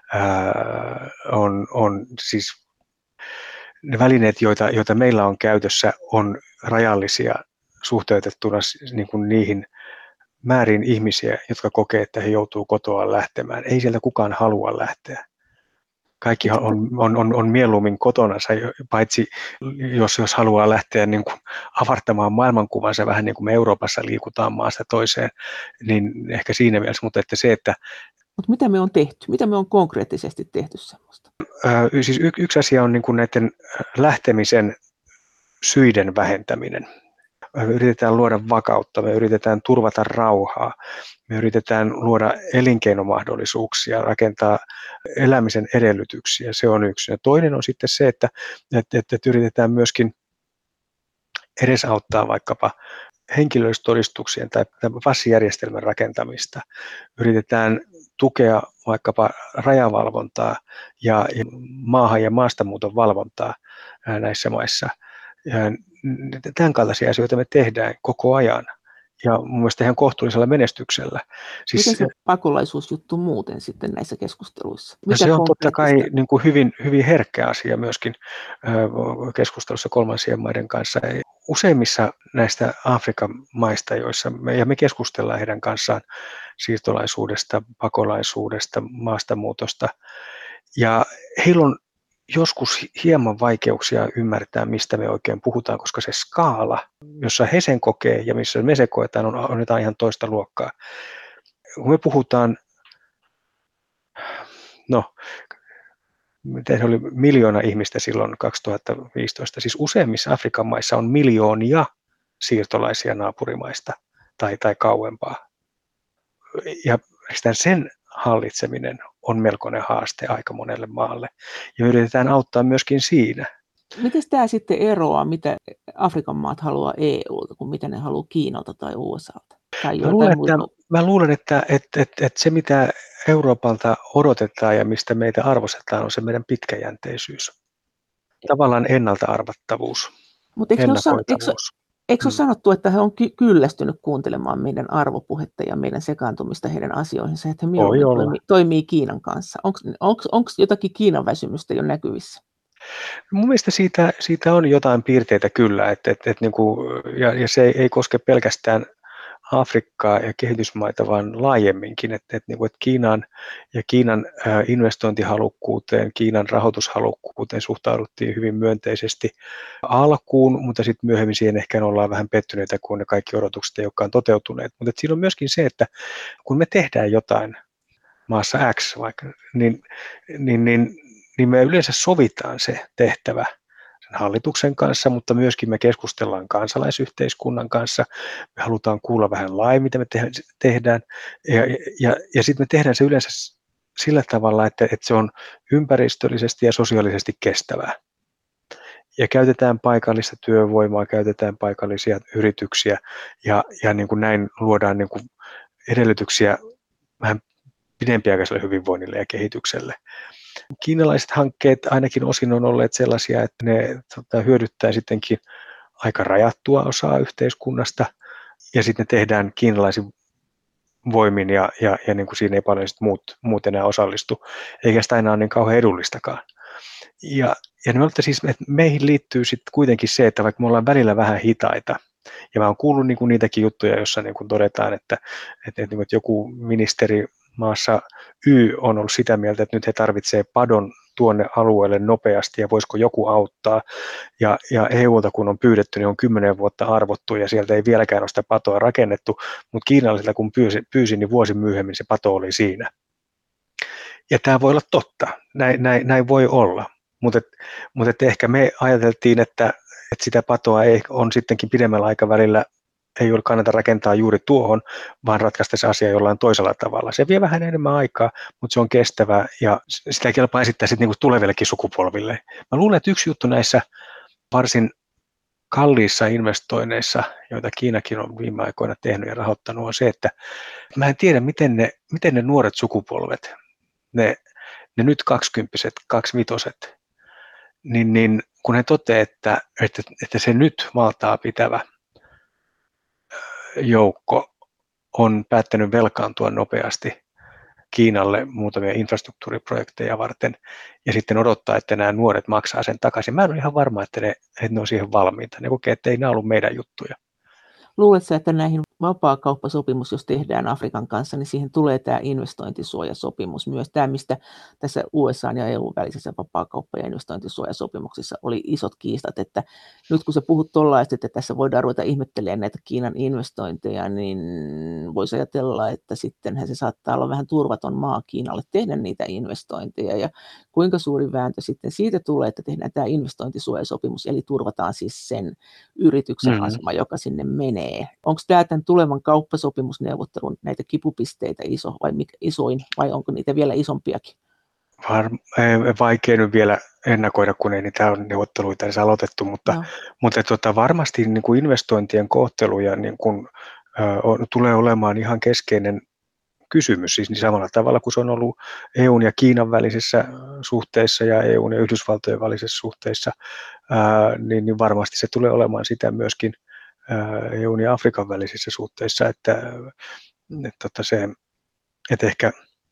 on siis ne välineet, joita meillä on käytössä, on rajallisia suhteutettuna niin kuin niihin määrin ihmisiä, jotka kokee, että he joutuu kotoa lähtemään. Ei sieltä kukaan halua lähteä. Kaikki on mieluummin kotonansa, paitsi jos haluaa lähteä niin kuin avartamaan maailmankuvansa vähän niin kuin me Euroopassa liikutaan maasta toiseen, niin ehkä siinä mielessä, mutta että se, että... Mutta mitä me on tehty? Mitä me on konkreettisesti tehty semmoista? Siis yksi asia on niin kuin näiden lähtemisen syiden vähentäminen. Me yritetään luoda vakautta, me yritetään turvata rauhaa, me yritetään luoda elinkeinomahdollisuuksia, rakentaa elämisen edellytyksiä, se on yksi. Ja toinen on sitten se, että yritetään myöskin edesauttaa vaikkapa henkilöllisyystodistuksien tai passijärjestelmän rakentamista. Yritetään tukea vaikkapa rajavalvontaa ja maahan- ja maastamuuton valvontaa näissä maissa. Ja tämän kaltaisia asioita me tehdään koko ajan ja mun mielestä ihan kohtuullisella menestyksellä. Siis, miten se pakolaisuusjuttu muuten sitten näissä keskusteluissa? Se on totta kai niin kuin hyvin herkkä asia myöskin keskustelussa kolmansien maiden kanssa. Useimmissa näistä Afrikan maista, joissa me keskustellaan heidän kanssaan siirtolaisuudesta, pakolaisuudesta, maastamuutosta, ja heillä on joskus hieman vaikeuksia ymmärtää, mistä me oikein puhutaan, koska se skaala, jossa he sen kokee ja missä me se koetaan, on jotain ihan toista luokkaa. Kun me puhutaan, miten se oli 1 miljoona ihmistä silloin 2015, siis useimmissa Afrikan maissa on miljoonia siirtolaisia naapurimaista tai kauempaa. Ja sen hallitseminen on melkoinen haaste aika monelle maalle, ja yritetään auttaa myöskin siinä. Miten tämä sitten eroaa, mitä Afrikan maat haluaa EUlta, kuin mitä ne haluaa Kiinalta tai USAlta? Tai mä luulen, että se mitä Euroopalta odotetaan ja mistä meitä arvostetaan, on se meidän pitkäjänteisyys. Tavallaan ennalta arvattavuus, ennakoitavuus. Eikö ole sanottu, että he on kyllästynyt kuuntelemaan meidän arvopuhetta ja meidän sekaantumista heidän asioihinsa, että he mieluummin toimii Kiinan kanssa? Onko jotakin Kiinan väsymystä jo näkyvissä? Mun mielestä siitä on jotain piirteitä kyllä, ja se ei koske pelkästään Afrikkaa ja kehitysmaita, vaan laajemminkin, että Kiinan ja Kiinan investointihalukkuuteen, Kiinan rahoitushalukkuuteen suhtauduttiin hyvin myönteisesti alkuun, mutta sitten myöhemmin siihen ehkä ollaan vähän pettyneitä, kun ne kaikki odotukset ei olekaan toteutuneet. Mutta siinä on myöskin se, että kun me tehdään jotain maassa X vaikka, niin me yleensä sovitaan se tehtävä sen hallituksen kanssa, mutta myöskin me keskustellaan kansalaisyhteiskunnan kanssa. Me halutaan kuulla vähän laajemmin, mitä me tehdään, ja sitten me tehdään se yleensä sillä tavalla, että se on ympäristöllisesti ja sosiaalisesti kestävää. Ja käytetään paikallista työvoimaa, käytetään paikallisia yrityksiä, ja niin kuin näin luodaan niin kuin edellytyksiä vähän pidempiaikaiselle hyvinvoinnille ja kehitykselle. Kiinalaiset hankkeet ainakin osin on olleet sellaisia, että ne hyödyttää sittenkin aika rajattua osaa yhteiskunnasta, ja sitten ne tehdään kiinalaisin voimin, ja niin kuin siinä ei paljon sit muut enää osallistu, eikä sitä aina ole niin kauhean edullistakaan. Ja meihin liittyy sitten kuitenkin se, että vaikka me ollaan välillä vähän hitaita, ja mä oon kuullut niin kuin niitäkin juttuja, joissa niin kuin todetaan, että joku ministeri maassa Y on ollut sitä mieltä, että nyt he tarvitsee padon tuonne alueelle nopeasti ja voisiko joku auttaa. Ja EUlta kun on pyydetty, niin on 10 vuotta arvottu ja sieltä ei vieläkään ole sitä patoa rakennettu, mutta kiinalaisilta kun pyysin, niin vuosi myöhemmin se pato oli siinä. Ja tämä voi olla totta, näin voi olla, mutta ehkä me ajateltiin, että sitä patoa on sittenkin pidemmällä aikavälillä ei ole kannata rakentaa juuri tuohon, vaan ratkaista se asia jollain toisella tavalla. Se vie vähän enemmän aikaa, mutta se on kestävää ja sitä kelpaa esittää sitten niin tulevillekin sukupolville. Mä luulen, että yksi juttu näissä varsin kalliissa investoinneissa, joita Kiinakin on viime aikoina tehnyt ja rahoittanut, on se, että mä en tiedä, miten ne nuoret sukupolvet, ne nyt 20-vuotiaat, 25-vuotiaat, niin kun he toteaa, että se nyt valtaa pitävä joukko on päättänyt velkaantua nopeasti Kiinalle muutamia infrastruktuuriprojekteja varten ja sitten odottaa, että nämä nuoret maksaa sen takaisin. Mä en ole ihan varma, että ne on siihen valmiita. Ne kokee, että ei nämä ollut meidän juttuja. Luuletko, että näihin vapaakauppasopimus, jos tehdään Afrikan kanssa, niin siihen tulee tämä investointisuojasopimus myös. Tämä, mistä tässä USA ja EU välisessä vapaakauppa- ja investointisuojasopimuksessa oli isot kiistat, että nyt kun sä puhut tollaista, että tässä voidaan ruveta ihmettelemään näitä Kiinan investointeja, niin voisi ajatella, että sittenhän se saattaa olla vähän turvaton maa Kiinalle tehdä niitä investointeja ja kuinka suuri vääntö sitten siitä tulee, että tehdään tämä investointisuojasopimus, eli turvataan siis sen yrityksen asema, joka sinne menee. Onko tämä tämän tulevan kauppasopimusneuvottelun näitä kipupisteitä isoin vai onko niitä vielä isompiakin? Vaikea nyt vielä ennakoida, kun ei niitä on neuvotteluita edes aloitettu, mutta varmasti niin kuin investointien kohtelu ja niin kuin, tulee olemaan ihan keskeinen kysymys, siis niin samalla tavalla kuin se on ollut EUn ja Kiinan välisissä suhteissa ja EUn ja Yhdysvaltojen välisissä suhteissa, niin varmasti se tulee olemaan sitä myöskin EUn ja Afrikan välisissä suhteissa, että ehkä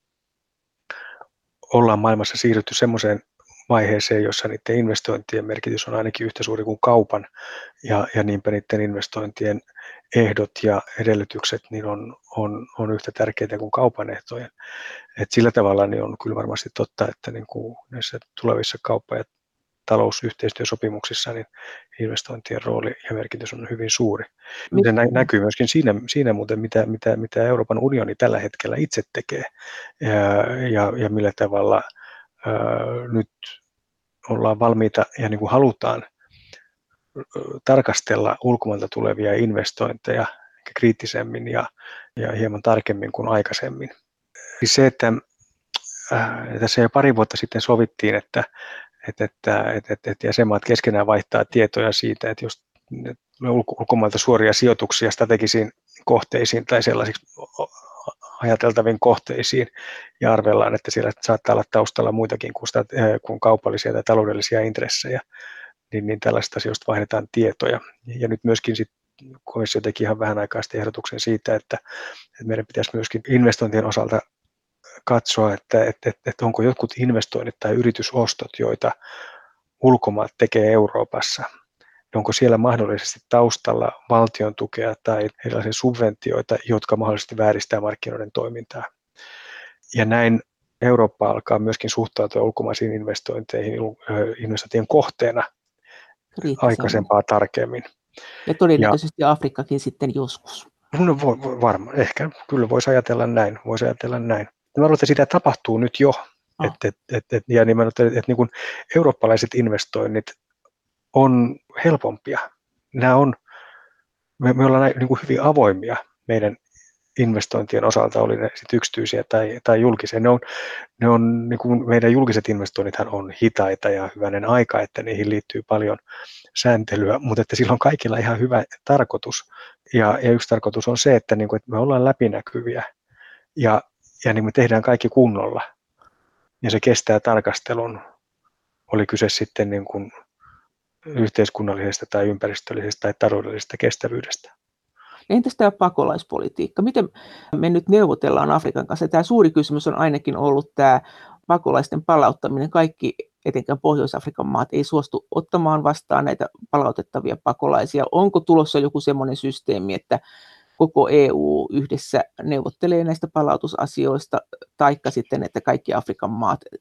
ollaan maailmassa siirrytty semmoiseen vaiheeseen, jossa niiden investointien merkitys on ainakin yhtä suuri kuin kaupan ja niinpä niiden investointien ehdot ja edellytykset niin on yhtä tärkeitä kuin kaupan ehtojen. Et sillä tavalla niin on kyllä varmasti totta, että niin kuin näissä tulevissa kauppa- ja talousyhteistyösopimuksissa niin investointien rooli ja merkitys on hyvin suuri. Se näkyy myöskin siinä muuten, mitä Euroopan unioni tällä hetkellä itse tekee ja millä tavalla nyt ollaan valmiita ja niin kuin halutaan tarkastella ulkomailta tulevia investointeja kriittisemmin ja hieman tarkemmin kuin aikaisemmin. Siis se, että tässä jo pari vuotta sitten sovittiin, että jäsenmaat keskenään vaihtaa tietoja siitä, että jos ulkomailta suoria sijoituksia strategisiin kohteisiin tai sellaisiksi ajateltaviin kohteisiin ja arvellaan, että siellä saattaa olla taustalla muitakin kuin kaupallisia tai taloudellisia intressejä, niin tällaista asioista vaihdetaan tietoja. Ja nyt myöskin komissio teki ihan vähän aikaa sitten ehdotuksen siitä, että meidän pitäisi myöskin investointien osalta katsoa, että onko jotkut investoinnit tai yritysostot, joita ulkomaat tekee Euroopassa, onko siellä mahdollisesti taustalla valtion tukea tai erilaisia subventioita, jotka mahdollisesti vääristää markkinoiden toimintaa. Ja näin Eurooppa alkaa myöskin suhtautua ulkomaisiin investointeihin investointien kohteena aikaisempaa tarkemmin. Ja todennäköisesti Afrikkakin sitten joskus. No varmaan, ehkä kyllä voisi ajatella näin. Mä luulen, että sitä tapahtuu nyt jo. Ja nimenomaan, että niin kuin eurooppalaiset investoinnit on helpompia. Me ollaan niin kuin hyvin avoimia meidän investointien osalta, oli ne sit yksityisiä tai julkisia. Ne on niin kuin meidän julkiset investoinnithan on hitaita ja hyvänen aika, että niihin liittyy paljon sääntelyä, mutta että sillä on kaikilla ihan hyvä tarkoitus. Ja yksi tarkoitus on se, että, niin kuin, että me ollaan läpinäkyviä ja niin me tehdään kaikki kunnolla. Ja se kestää tarkastelun, oli kyse sitten niin kuin yhteiskunnallisesta tai ympäristöllisestä tai taloudellisesta kestävyydestä. Entäs tämä pakolaispolitiikka? Miten me nyt neuvotellaan Afrikan kanssa? Tämä suuri kysymys on ainakin ollut tämä pakolaisten palauttaminen. Kaikki, etenkään Pohjois-Afrikan maat, ei suostu ottamaan vastaan näitä palautettavia pakolaisia. Onko tulossa joku semmoinen systeemi, että koko EU yhdessä neuvottelee näistä palautusasioista, taikka sitten, että kaikki Afrikan maat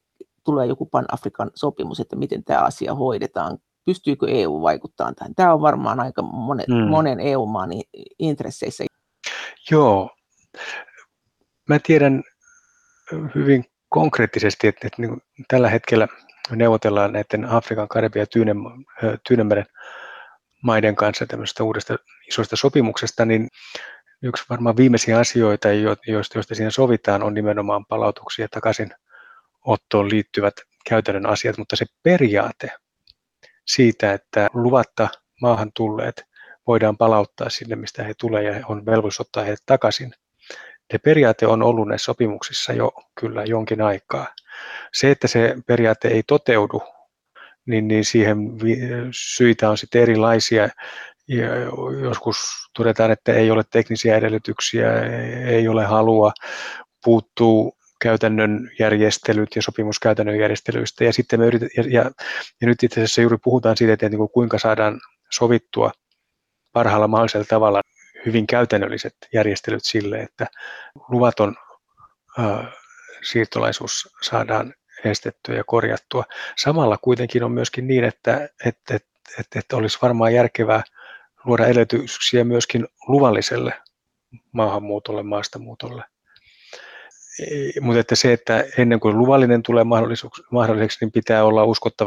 tulee joku Pan-Afrikan sopimus, että miten tämä asia hoidetaan. Pystyykö EU vaikuttamaan tähän? Tämä on varmaan aika monen EU-maan intresseissä. Joo, mä tiedän hyvin konkreettisesti, että niin tällä hetkellä neuvotellaan näiden Afrikan, Karibian ja Tyynenmeren maiden kanssa tämmöisestä uudesta isosta sopimuksesta, niin yksi varmaan viimeisiä asioita, joista siinä sovitaan, on nimenomaan palautuksia takaisinottoon liittyvät käytännön asiat, mutta se periaate siitä, että luvatta maahan tulleet voidaan palauttaa sinne, mistä he tulee ja on velvollisuus ottaa heidät takaisin. Se periaate on ollut näissä sopimuksissa jo kyllä jonkin aikaa. Se, että se periaate ei toteudu, niin siihen syitä on sitten erilaisia. Ja joskus todetaan, että ei ole teknisiä edellytyksiä, ei ole halua, puuttuu käytännön järjestelyt ja sopimuskäytännön järjestelyistä. Ja sitten ja nyt itse asiassa juuri puhutaan siitä, että niin kuinka saadaan sovittua parhaalla mahdollisella tavalla hyvin käytännölliset järjestelyt sille, että luvaton siirtolaisuus saadaan estettyä ja korjattua. Samalla kuitenkin on myöskin niin, että olisi varmaan järkevää luoda edellytyksiä myöskin luvalliselle maahanmuutolle, maastamuutolle. Mutta että se, että ennen kuin luvallinen tulee mahdolliseksi, niin pitää olla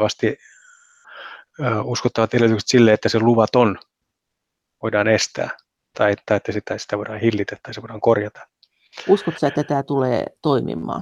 uskottavat edellytykset sille, että se luvaton voidaan estää tai että sitä voidaan hillitä tai se voidaan korjata. Uskotko, että tämä tulee toimimaan?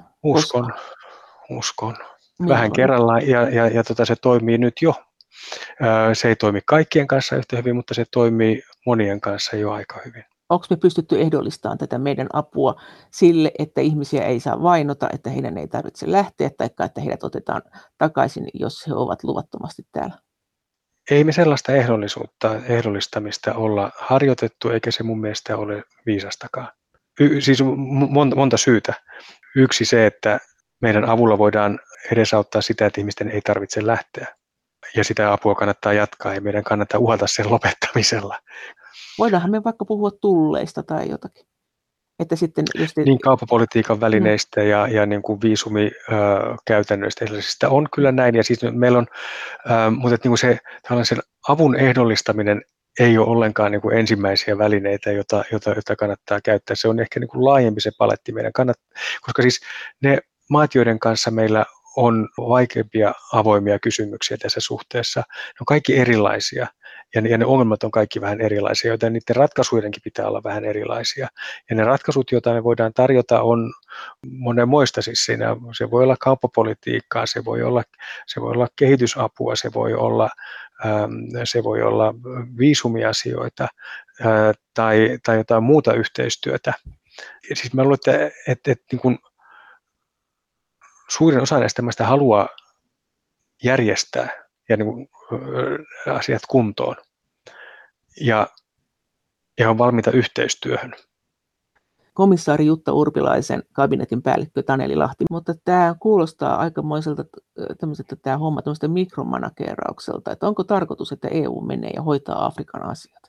Uskon. Vähän kerrallaan ja se toimii nyt jo. Se ei toimi kaikkien kanssa yhtä hyvin, mutta se toimii monien kanssa jo aika hyvin. Onko me pystytty ehdollistamaan tätä meidän apua sille, että ihmisiä ei saa vainota, että heidän ei tarvitse lähteä, tai että heidät otetaan takaisin, jos he ovat luvattomasti täällä? Ei me sellaista ehdollistamista olla harjoitettu, eikä se mun mielestä ole viisastakaan. Siis monta syytä. Yksi se, että meidän avulla voidaan edesauttaa sitä, että ihmisten ei tarvitse lähteä. Ja sitä apua kannattaa jatkaa ja meidän kannattaa uhata sen lopettamisella. Voidaanhan me vaikka puhua tulleista tai jotakin. Että sitten, niin kauppapolitiikan välineistä ja niin kuin viisumikäytännöistä. Sitä on kyllä näin. Ja siis meillä on, mutta että niin kuin sen avun ehdollistaminen ei ole ollenkaan niin kuin ensimmäisiä välineitä, jota kannattaa käyttää. Se on ehkä niin kuin laajempi se paletti meidän koska siis ne maat, joiden kanssa meillä on vaikeampia avoimia kysymyksiä tässä suhteessa, ne on kaikki erilaisia ja ne ongelmat on kaikki vähän erilaisia, joten niiden ratkaisuidenkin pitää olla vähän erilaisia. Ja ne ratkaisut, joita me voidaan tarjota, on monenmoista. Siis siinä se voi olla kauppapolitiikkaa, se voi olla kehitysapua, se voi olla viisumiasioita tai jotain muuta yhteistyötä. Ja siis mä luulen, että niin kuin suurin osa näistä haluaa järjestää ja niin kuin asiat kuntoon ja on valmiita yhteistyöhön. Komissaari Jutta Urpilaisen kabinetin päällikkö Taneli Lahti, mutta tämä kuulostaa aikamoiselta tämä homma mikromanageeraukselta, että onko tarkoitus, että EU menee ja hoitaa Afrikan asiat?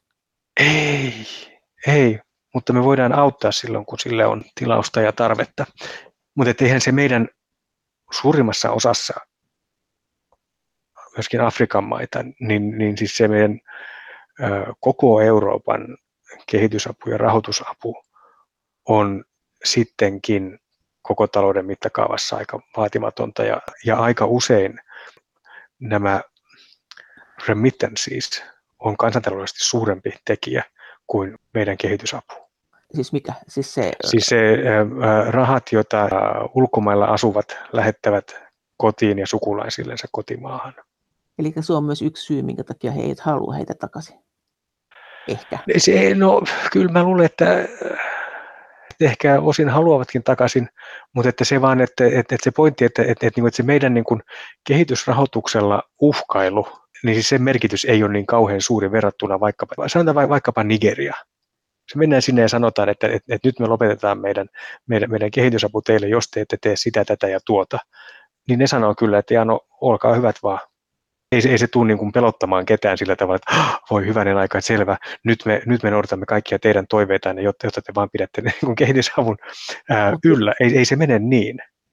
Ei, mutta me voidaan auttaa silloin, kun sille on tilausta ja tarvetta, mutta eihän se meidän suurimmassa osassa myöskin Afrikan maita, niin siis se meidän koko Euroopan kehitysapu ja rahoitusapu on sittenkin koko talouden mittakaavassa aika vaatimatonta ja aika usein nämä remittances on kansantaloudellisesti suurempi tekijä kuin meidän kehitysapu. Siis mikä? Siis se rahat, joita ulkomailla asuvat lähettävät kotiin ja sukulaisillensa kotimaahan. Eli se on myös yksi syy, minkä takia he eivät halua heitä takaisin. Ehkä. Kyllä mä luulen, että ehkä osin haluavatkin takaisin, mutta että se vaan, että se pointti, että se meidän niin kuin kehitysrahoituksella uhkailu, niin siis sen merkitys ei ole niin kauhean suuri verrattuna vaikkapa Nigeria. Se mennään sinne ja sanotaan, että nyt me lopetetaan meidän kehitysapu teille, jos te ette tee sitä, tätä ja tuota. Niin ne sanoo kyllä, että olkaa hyvät vaan. Ei se tule niin kuin pelottamaan ketään sillä tavalla, että voi hyvänen aika, että selvä, nyt me noudatamme kaikkia teidän toiveitanne, jotta te vaan pidätte niin kuin kehitysavun yllä. Ei se mene niin.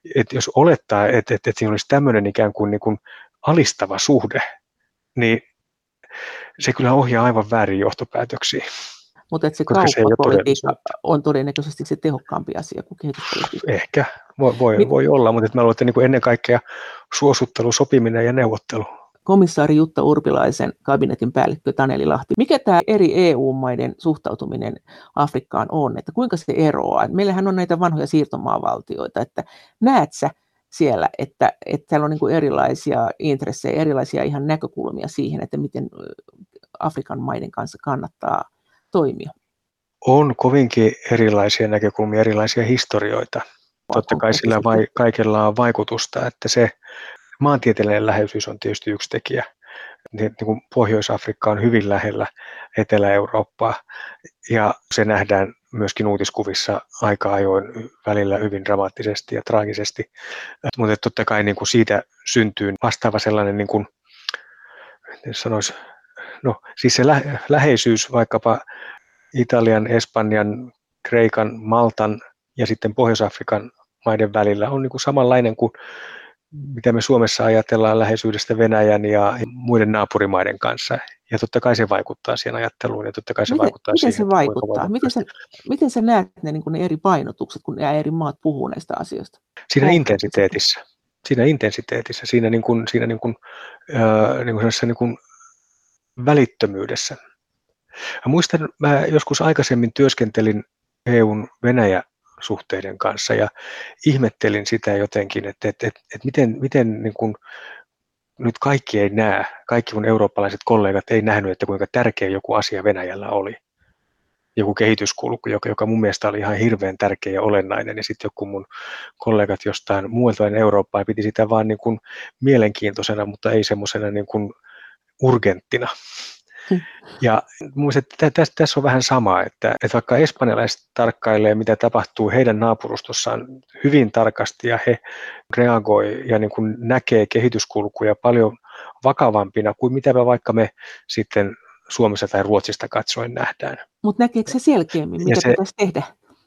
että jos olettaa, että siinä olisi tämmöinen ikään kuin, alistava suhde, niin se kyllä ohjaa aivan väärin johtopäätöksiin, Mutta se koska se ei ole kauppapolitiikka todellisuutta. on todennäköisesti se tehokkaampi asia kuin kehityspolitiikka. Ehkä, voi olla, mutta mä luulen, että ennen kaikkea suosuttelu, sopiminen ja neuvottelu. Komissaari Jutta Urpilaisen kabinetin päällikkö Taneli Lahti. Mikä tämä eri EU-maiden suhtautuminen Afrikkaan on? Että kuinka se eroaa? Meillähän on näitä vanhoja siirtomaavaltioita, että näet sä siellä, että täällä on niin kuin erilaisia intressejä, erilaisia ihan näkökulmia siihen, että miten Afrikan maiden kanssa kannattaa toimia? On kovinkin erilaisia näkökulmia, erilaisia historioita. Totta kai sillä kaikella on vaikutusta, että se maantieteellinen läheisyys on tietysti yksi tekijä. Niin kuin Pohjois-Afrikka on hyvin lähellä Etelä-Eurooppaa ja se nähdään myöskin uutiskuvissa aika ajoin välillä hyvin dramaattisesti ja traagisesti. Mutta totta kai niin kuin siitä syntyy vastaava sellainen, niin kuin, sanoisi, siis se läheisyys vaikkapa Italian, Espanjan, Kreikan, Maltan ja sitten Pohjois-Afrikan maiden välillä on niin kuin samanlainen kuin mitä me Suomessa ajatellaan läheisyydestä Venäjän ja muiden naapurimaiden kanssa. Ja totta kai se vaikuttaa siihen ajatteluun ja totta kai se vaikuttaa miten siihen. Se vaikuttaa? Miten sä näet ne eri painotukset, kun nämä eri maat puhuu näistä asioista? Siinä intensiteetissä. Siinä välittömyydessä. Mä muistan, mä joskus aikaisemmin työskentelin EUn Venäjä-suhteiden kanssa ja ihmettelin sitä jotenkin, että miten niin kuin nyt kaikki ei näe, kaikki mun eurooppalaiset kollegat ei nähnyt, että kuinka tärkeä joku asia Venäjällä oli. Joku kehityskulku, joka mun mielestä oli ihan hirveän tärkeä ja olennainen, ja sitten joku mun kollegat jostain muualta Eurooppaa piti sitä vaan niin kuin mielenkiintoisena, mutta ei semmoisena niin kuin urgenttina. Ja tässä on vähän sama, että vaikka espanjalaiset tarkkailee, mitä tapahtuu heidän naapurustossaan hyvin tarkasti ja he reagoi ja niin kuin näkee kehityskulkuja paljon vakavampina kuin mitä me sitten Suomessa tai Ruotsista katsoen nähdään. Mutta näkeekö se selkeämmin, mitä pitäisi tehdä?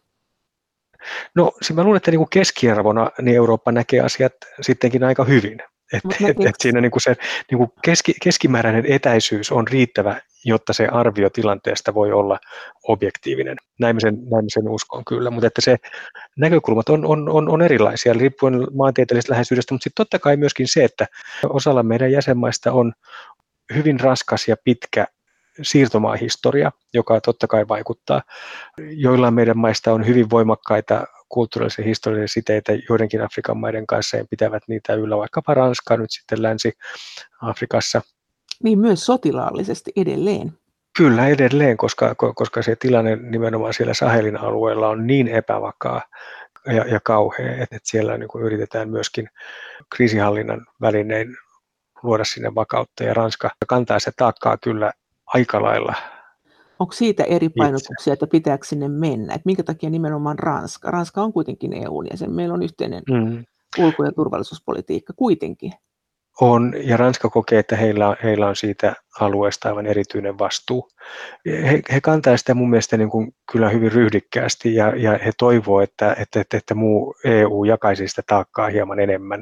No, mä luulen, että niin kuin keskiarvona niin Eurooppa näkee asiat sittenkin aika hyvin. Siinä niin kuin se niin kuin keskimääräinen etäisyys on riittävä, jotta se arvio tilanteesta voi olla objektiivinen. Näin sen uskon kyllä, mutta että se näkökulmat on erilaisia riippuen maantieteellisestä läheisyydestä, mutta sitten totta kai myöskin se, että osalla meidän jäsenmaista on hyvin raskas ja pitkä siirtomaahistoria, joka totta kai vaikuttaa. Joillain meidän maista on hyvin voimakkaita kulttuurillisia historiallisia siteitä joidenkin Afrikan maiden kanssa ja pitävät niitä yllä, vaikkapa Ranska nyt sitten Länsi-Afrikassa. Niin myös sotilaallisesti edelleen. Kyllä edelleen, koska se tilanne nimenomaan siellä Sahelin alueella on niin epävakaa ja kauhea, että siellä niin kuin yritetään myöskin kriisinhallinnan välinein luoda sinne vakautta ja Ranska kantaa se taakkaa kyllä aika lailla. Onko siitä eri painotuksia, että pitääkö sinne mennä? Että minkä takia nimenomaan Ranska? Ranska on kuitenkin EUn jäsen. Meillä on yhteinen ulko- ja turvallisuuspolitiikka kuitenkin. On, ja Ranska kokee, että heillä on siitä alueesta aivan erityinen vastuu. He kantaa sitä mun mielestä niin kuin kyllä hyvin ryhdikkäästi, ja he toivoo, että muu EU jakaisi sitä taakkaa hieman enemmän.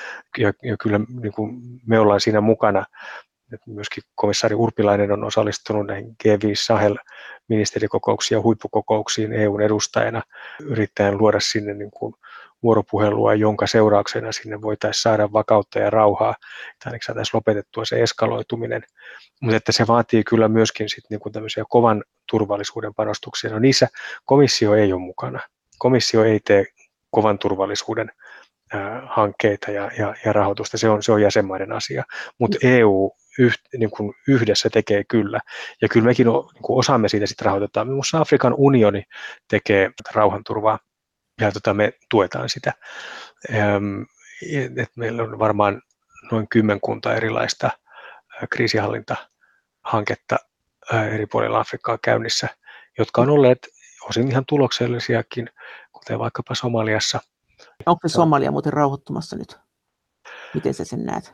Ja kyllä niin kuin me ollaan siinä mukana. Myöskin komissaari Urpilainen on osallistunut näihin G5 Sahel-ministerikokouksiin ja huippukokouksiin EUn edustajana yrittäen luoda sinne niin kuin vuoropuhelua, jonka seurauksena sinne voitaisiin saada vakautta ja rauhaa, tai ainakin saataisiin lopetettua se eskaloituminen. Mutta että se vaatii kyllä myöskin sit niin kuin tämmöisiä kovan turvallisuuden panostuksia. No niissä komissio ei ole mukana. Komissio ei tee kovan turvallisuuden hankkeita ja rahoitusta. Se on jäsenmaiden asia. Mutta EU niin kuin yhdessä tekee kyllä. Ja kyllä mekin niin kuin osaamme siitä sitten rahoitetaan. Muun muassa Afrikan unioni tekee rauhanturvaa ja me tuetaan sitä. Meillä on varmaan noin 10 erilaista kriisinhallintahanketta eri puolilla Afrikkaa käynnissä, jotka on olleet osin ihan tuloksellisiakin, kuten vaikkapa Somaliassa. Onko se Somalia muuten rauhoittumassa nyt? Miten sä sen näet?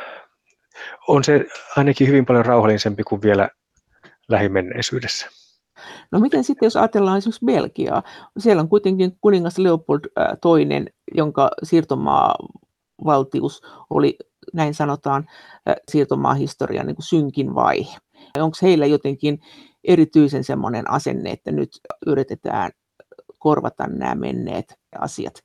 On se ainakin hyvin paljon rauhallisempi kuin vielä lähimenneisyydessä. No miten sitten, jos ajatellaan esimerkiksi Belgiaa? Siellä on kuitenkin kuningas Leopold II, jonka siirtomaavaltius oli, näin sanotaan, siirtomaahistorian niin kuin synkin vaihe. Onko heillä jotenkin erityisen semmoinen asenne, että nyt yritetään korvata nämä menneet asiat?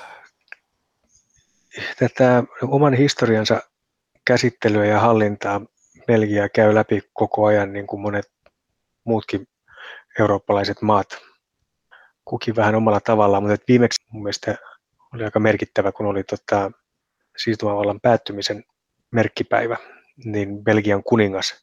Tätä oman historiansa käsittelyä ja hallintaa Belgia käy läpi koko ajan, niin kuin monet muutkin eurooppalaiset maat, kukin vähän omalla tavallaan, mutta viimeksi mun mielestä oli aika merkittävä, kun oli siirtomaavallan päättymisen merkkipäivä, niin Belgian kuningas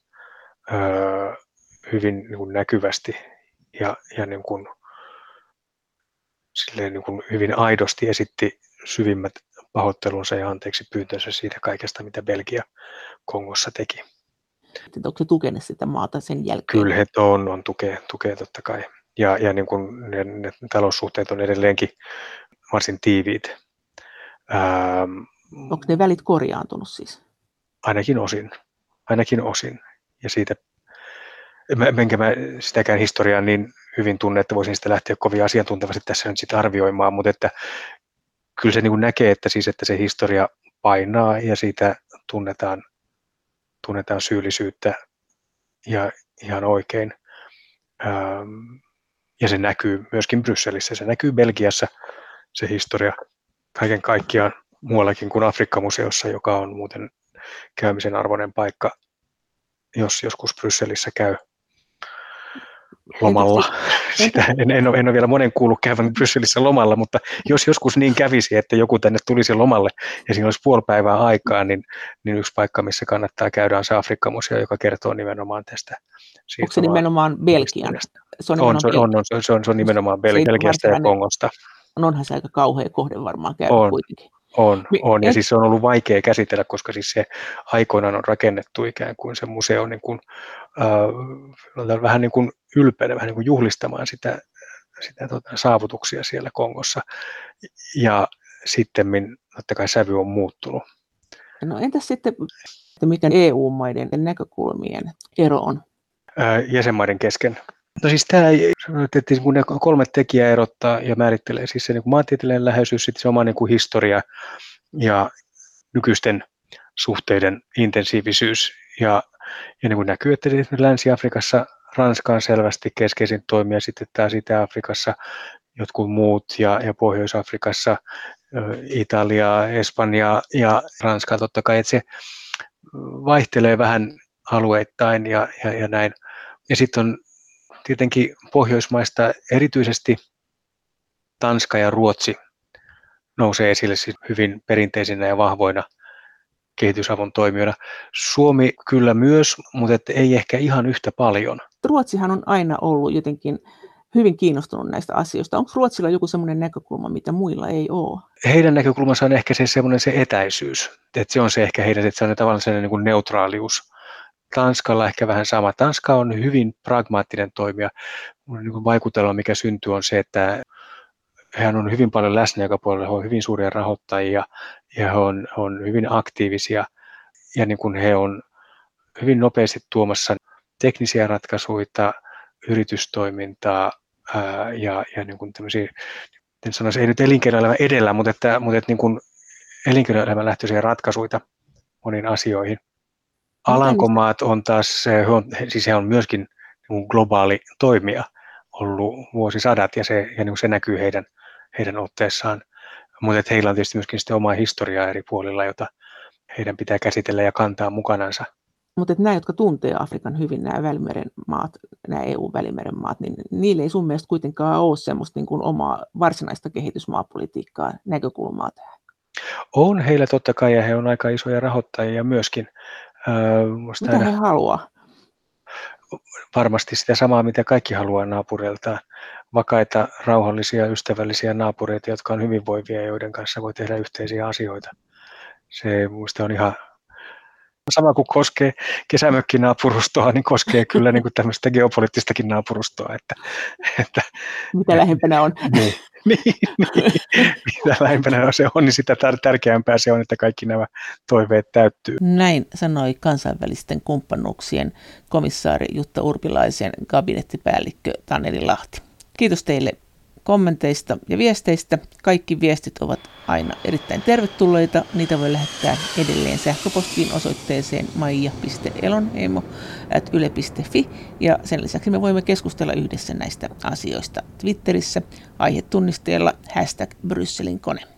hyvin niin kuin näkyvästi ja niin kuin, silleen niin kuin hyvin aidosti esitti syvimmät pahoittelunsa ja anteeksi pyyntönsä siitä kaikesta, mitä Belgia Kongossa teki. Onko se tukenut sitä maata sen jälkeen? Kyllä he tukee totta kai. Ja niin kuin ne taloussuhteet on edelleenkin varsin tiiviit. Onko ne välit korjaantunut siis? Ainakin osin. Ja siitä, enkä mä sitäkään historiaa niin hyvin tunne, että voisin sitä lähteä kovin asiantuntevasti tässä nyt sitä arvioimaan, mutta että kyllä se niin kuin näkee, että se historia painaa ja siitä tunnetaan syyllisyyttä ja ihan oikein. Ja se näkyy myöskin Brysselissä, se näkyy Belgiassa se historia kaiken kaikkiaan muuallakin kuin Afrikka-museossa, joka on muuten käymisen arvoinen paikka, jos joskus Brysselissä käy lomalla. Sitä en ole vielä monen kuullut käyvän Brysselissä lomalla, mutta jos joskus niin kävisi, että joku tänne tulisi lomalle ja siinä olisi puoli päivää aikaa, niin yksi paikka, missä kannattaa käydä, on se Afrikka-museo, joka kertoo nimenomaan tästä. Onko se nimenomaan Belgian? Se on nimenomaan Belgiasta ja Kongosta. Onhan se aika kauhea kohde varmaan käydä kuitenkin. On. Ja siis se on ollut vaikea käsitellä, koska siis se aikoinaan on rakennettu ikään kuin se museo niin kuin, vähän niin kuin ylpeänä, vähän niin kuin juhlistamaan sitä saavutuksia siellä Kongossa. Ja sitten totta kai sävy on muuttunut. No entäs sitten, mikä EU-maiden näkökulmien ero on? Jäsenmaiden kesken. No siis tämä, että kun ne 3 tekijää erottaa ja määrittelee siis se niin kuin maantieteellinen läheisyys, sitten se oma niin kuin historia ja nykyisten suhteiden intensiivisyys. Ja niin kuin näkyy, että Länsi-Afrikassa Ranska on selvästi keskeisin toimija, sitten taas Itä-Afrikassa jotkut muut ja Pohjois-Afrikassa Italia, Espanja ja Ranska totta kai, että se vaihtelee vähän alueittain ja näin. Ja sitten on tietenkin Pohjoismaista erityisesti Tanska ja Ruotsi nousee esille siis hyvin perinteisinä ja vahvoina kehitysavun toimijoina. Suomi kyllä myös, mutta ei ehkä ihan yhtä paljon. Ruotsihan on aina ollut jotenkin hyvin kiinnostunut näistä asioista. Onko Ruotsilla joku semmoinen näkökulma, mitä muilla ei ole? Heidän näkökulmansa on ehkä se etäisyys. Että se on se ehkä heidän, että se on tavallaan sellainen niin kuin neutraalius. Tanskalla ehkä vähän sama. Tanska on hyvin pragmaattinen toimija. Niin vaikutelma, mikä syntyy, on se, että he on hyvin paljon läsnä joka puolella, he on hyvin suuria rahoittajia ja he on hyvin aktiivisia ja niin kuin he on hyvin nopeasti tuomassa teknisiä ratkaisuja, yritystoimintaa ja niin kuin tämmöisiä, en sanoisi, ei nyt elinkeinoelämä edellä, mutta niin kuin elinkeinoelämän lähtöisiä ratkaisuja moniin asioihin. Alankomaat on taas, siis he on myöskin globaali toimija ollut vuosisadat ja se näkyy heidän otteessaan, mutta heillä on tietysti myöskin sitten omaa historiaa eri puolilla, jota heidän pitää käsitellä ja kantaa mukanansa. Mutta nämä, jotka tuntee Afrikan hyvin, nämä Välimeren maat, nämä EU-Välimeren maat, niin niille ei sun mielestä kuitenkaan ole semmoista niin kuin omaa varsinaista kehitysmaapolitiikkaa näkökulmaa tähän. On heillä totta kai ja he on aika isoja rahoittajia myöskin. Mitä he haluaa? Varmasti sitä samaa, mitä kaikki haluaa naapureiltaan. Vakaita, rauhallisia, ystävällisiä naapureita, jotka on hyvinvoivia ja joiden kanssa voi tehdä yhteisiä asioita. Se minusta on ihan sama kuin koskee kesämökkinaapurustoa, niin koskee kyllä niin kuin tämmöistä geopoliittistakin naapurustoa. Että, mitä lähempänä on. niin. Mitä lähempänä se on, niin sitä tärkeämpää se on, että kaikki nämä toiveet täyttyy. Näin sanoi kansainvälisten kumppanuuksien komissaari Jutta Urpilaisen kabinettipäällikkö Taneli Lahti. Kiitos teille kommenteista ja viesteistä. Kaikki viestit ovat aina erittäin tervetulleita. Niitä voi lähettää edelleen sähköpostiin osoitteeseen maija.elonheimo@yle.fi. Ja sen lisäksi me voimme keskustella yhdessä näistä asioista Twitterissä aihetunnisteella #BrysselinKone.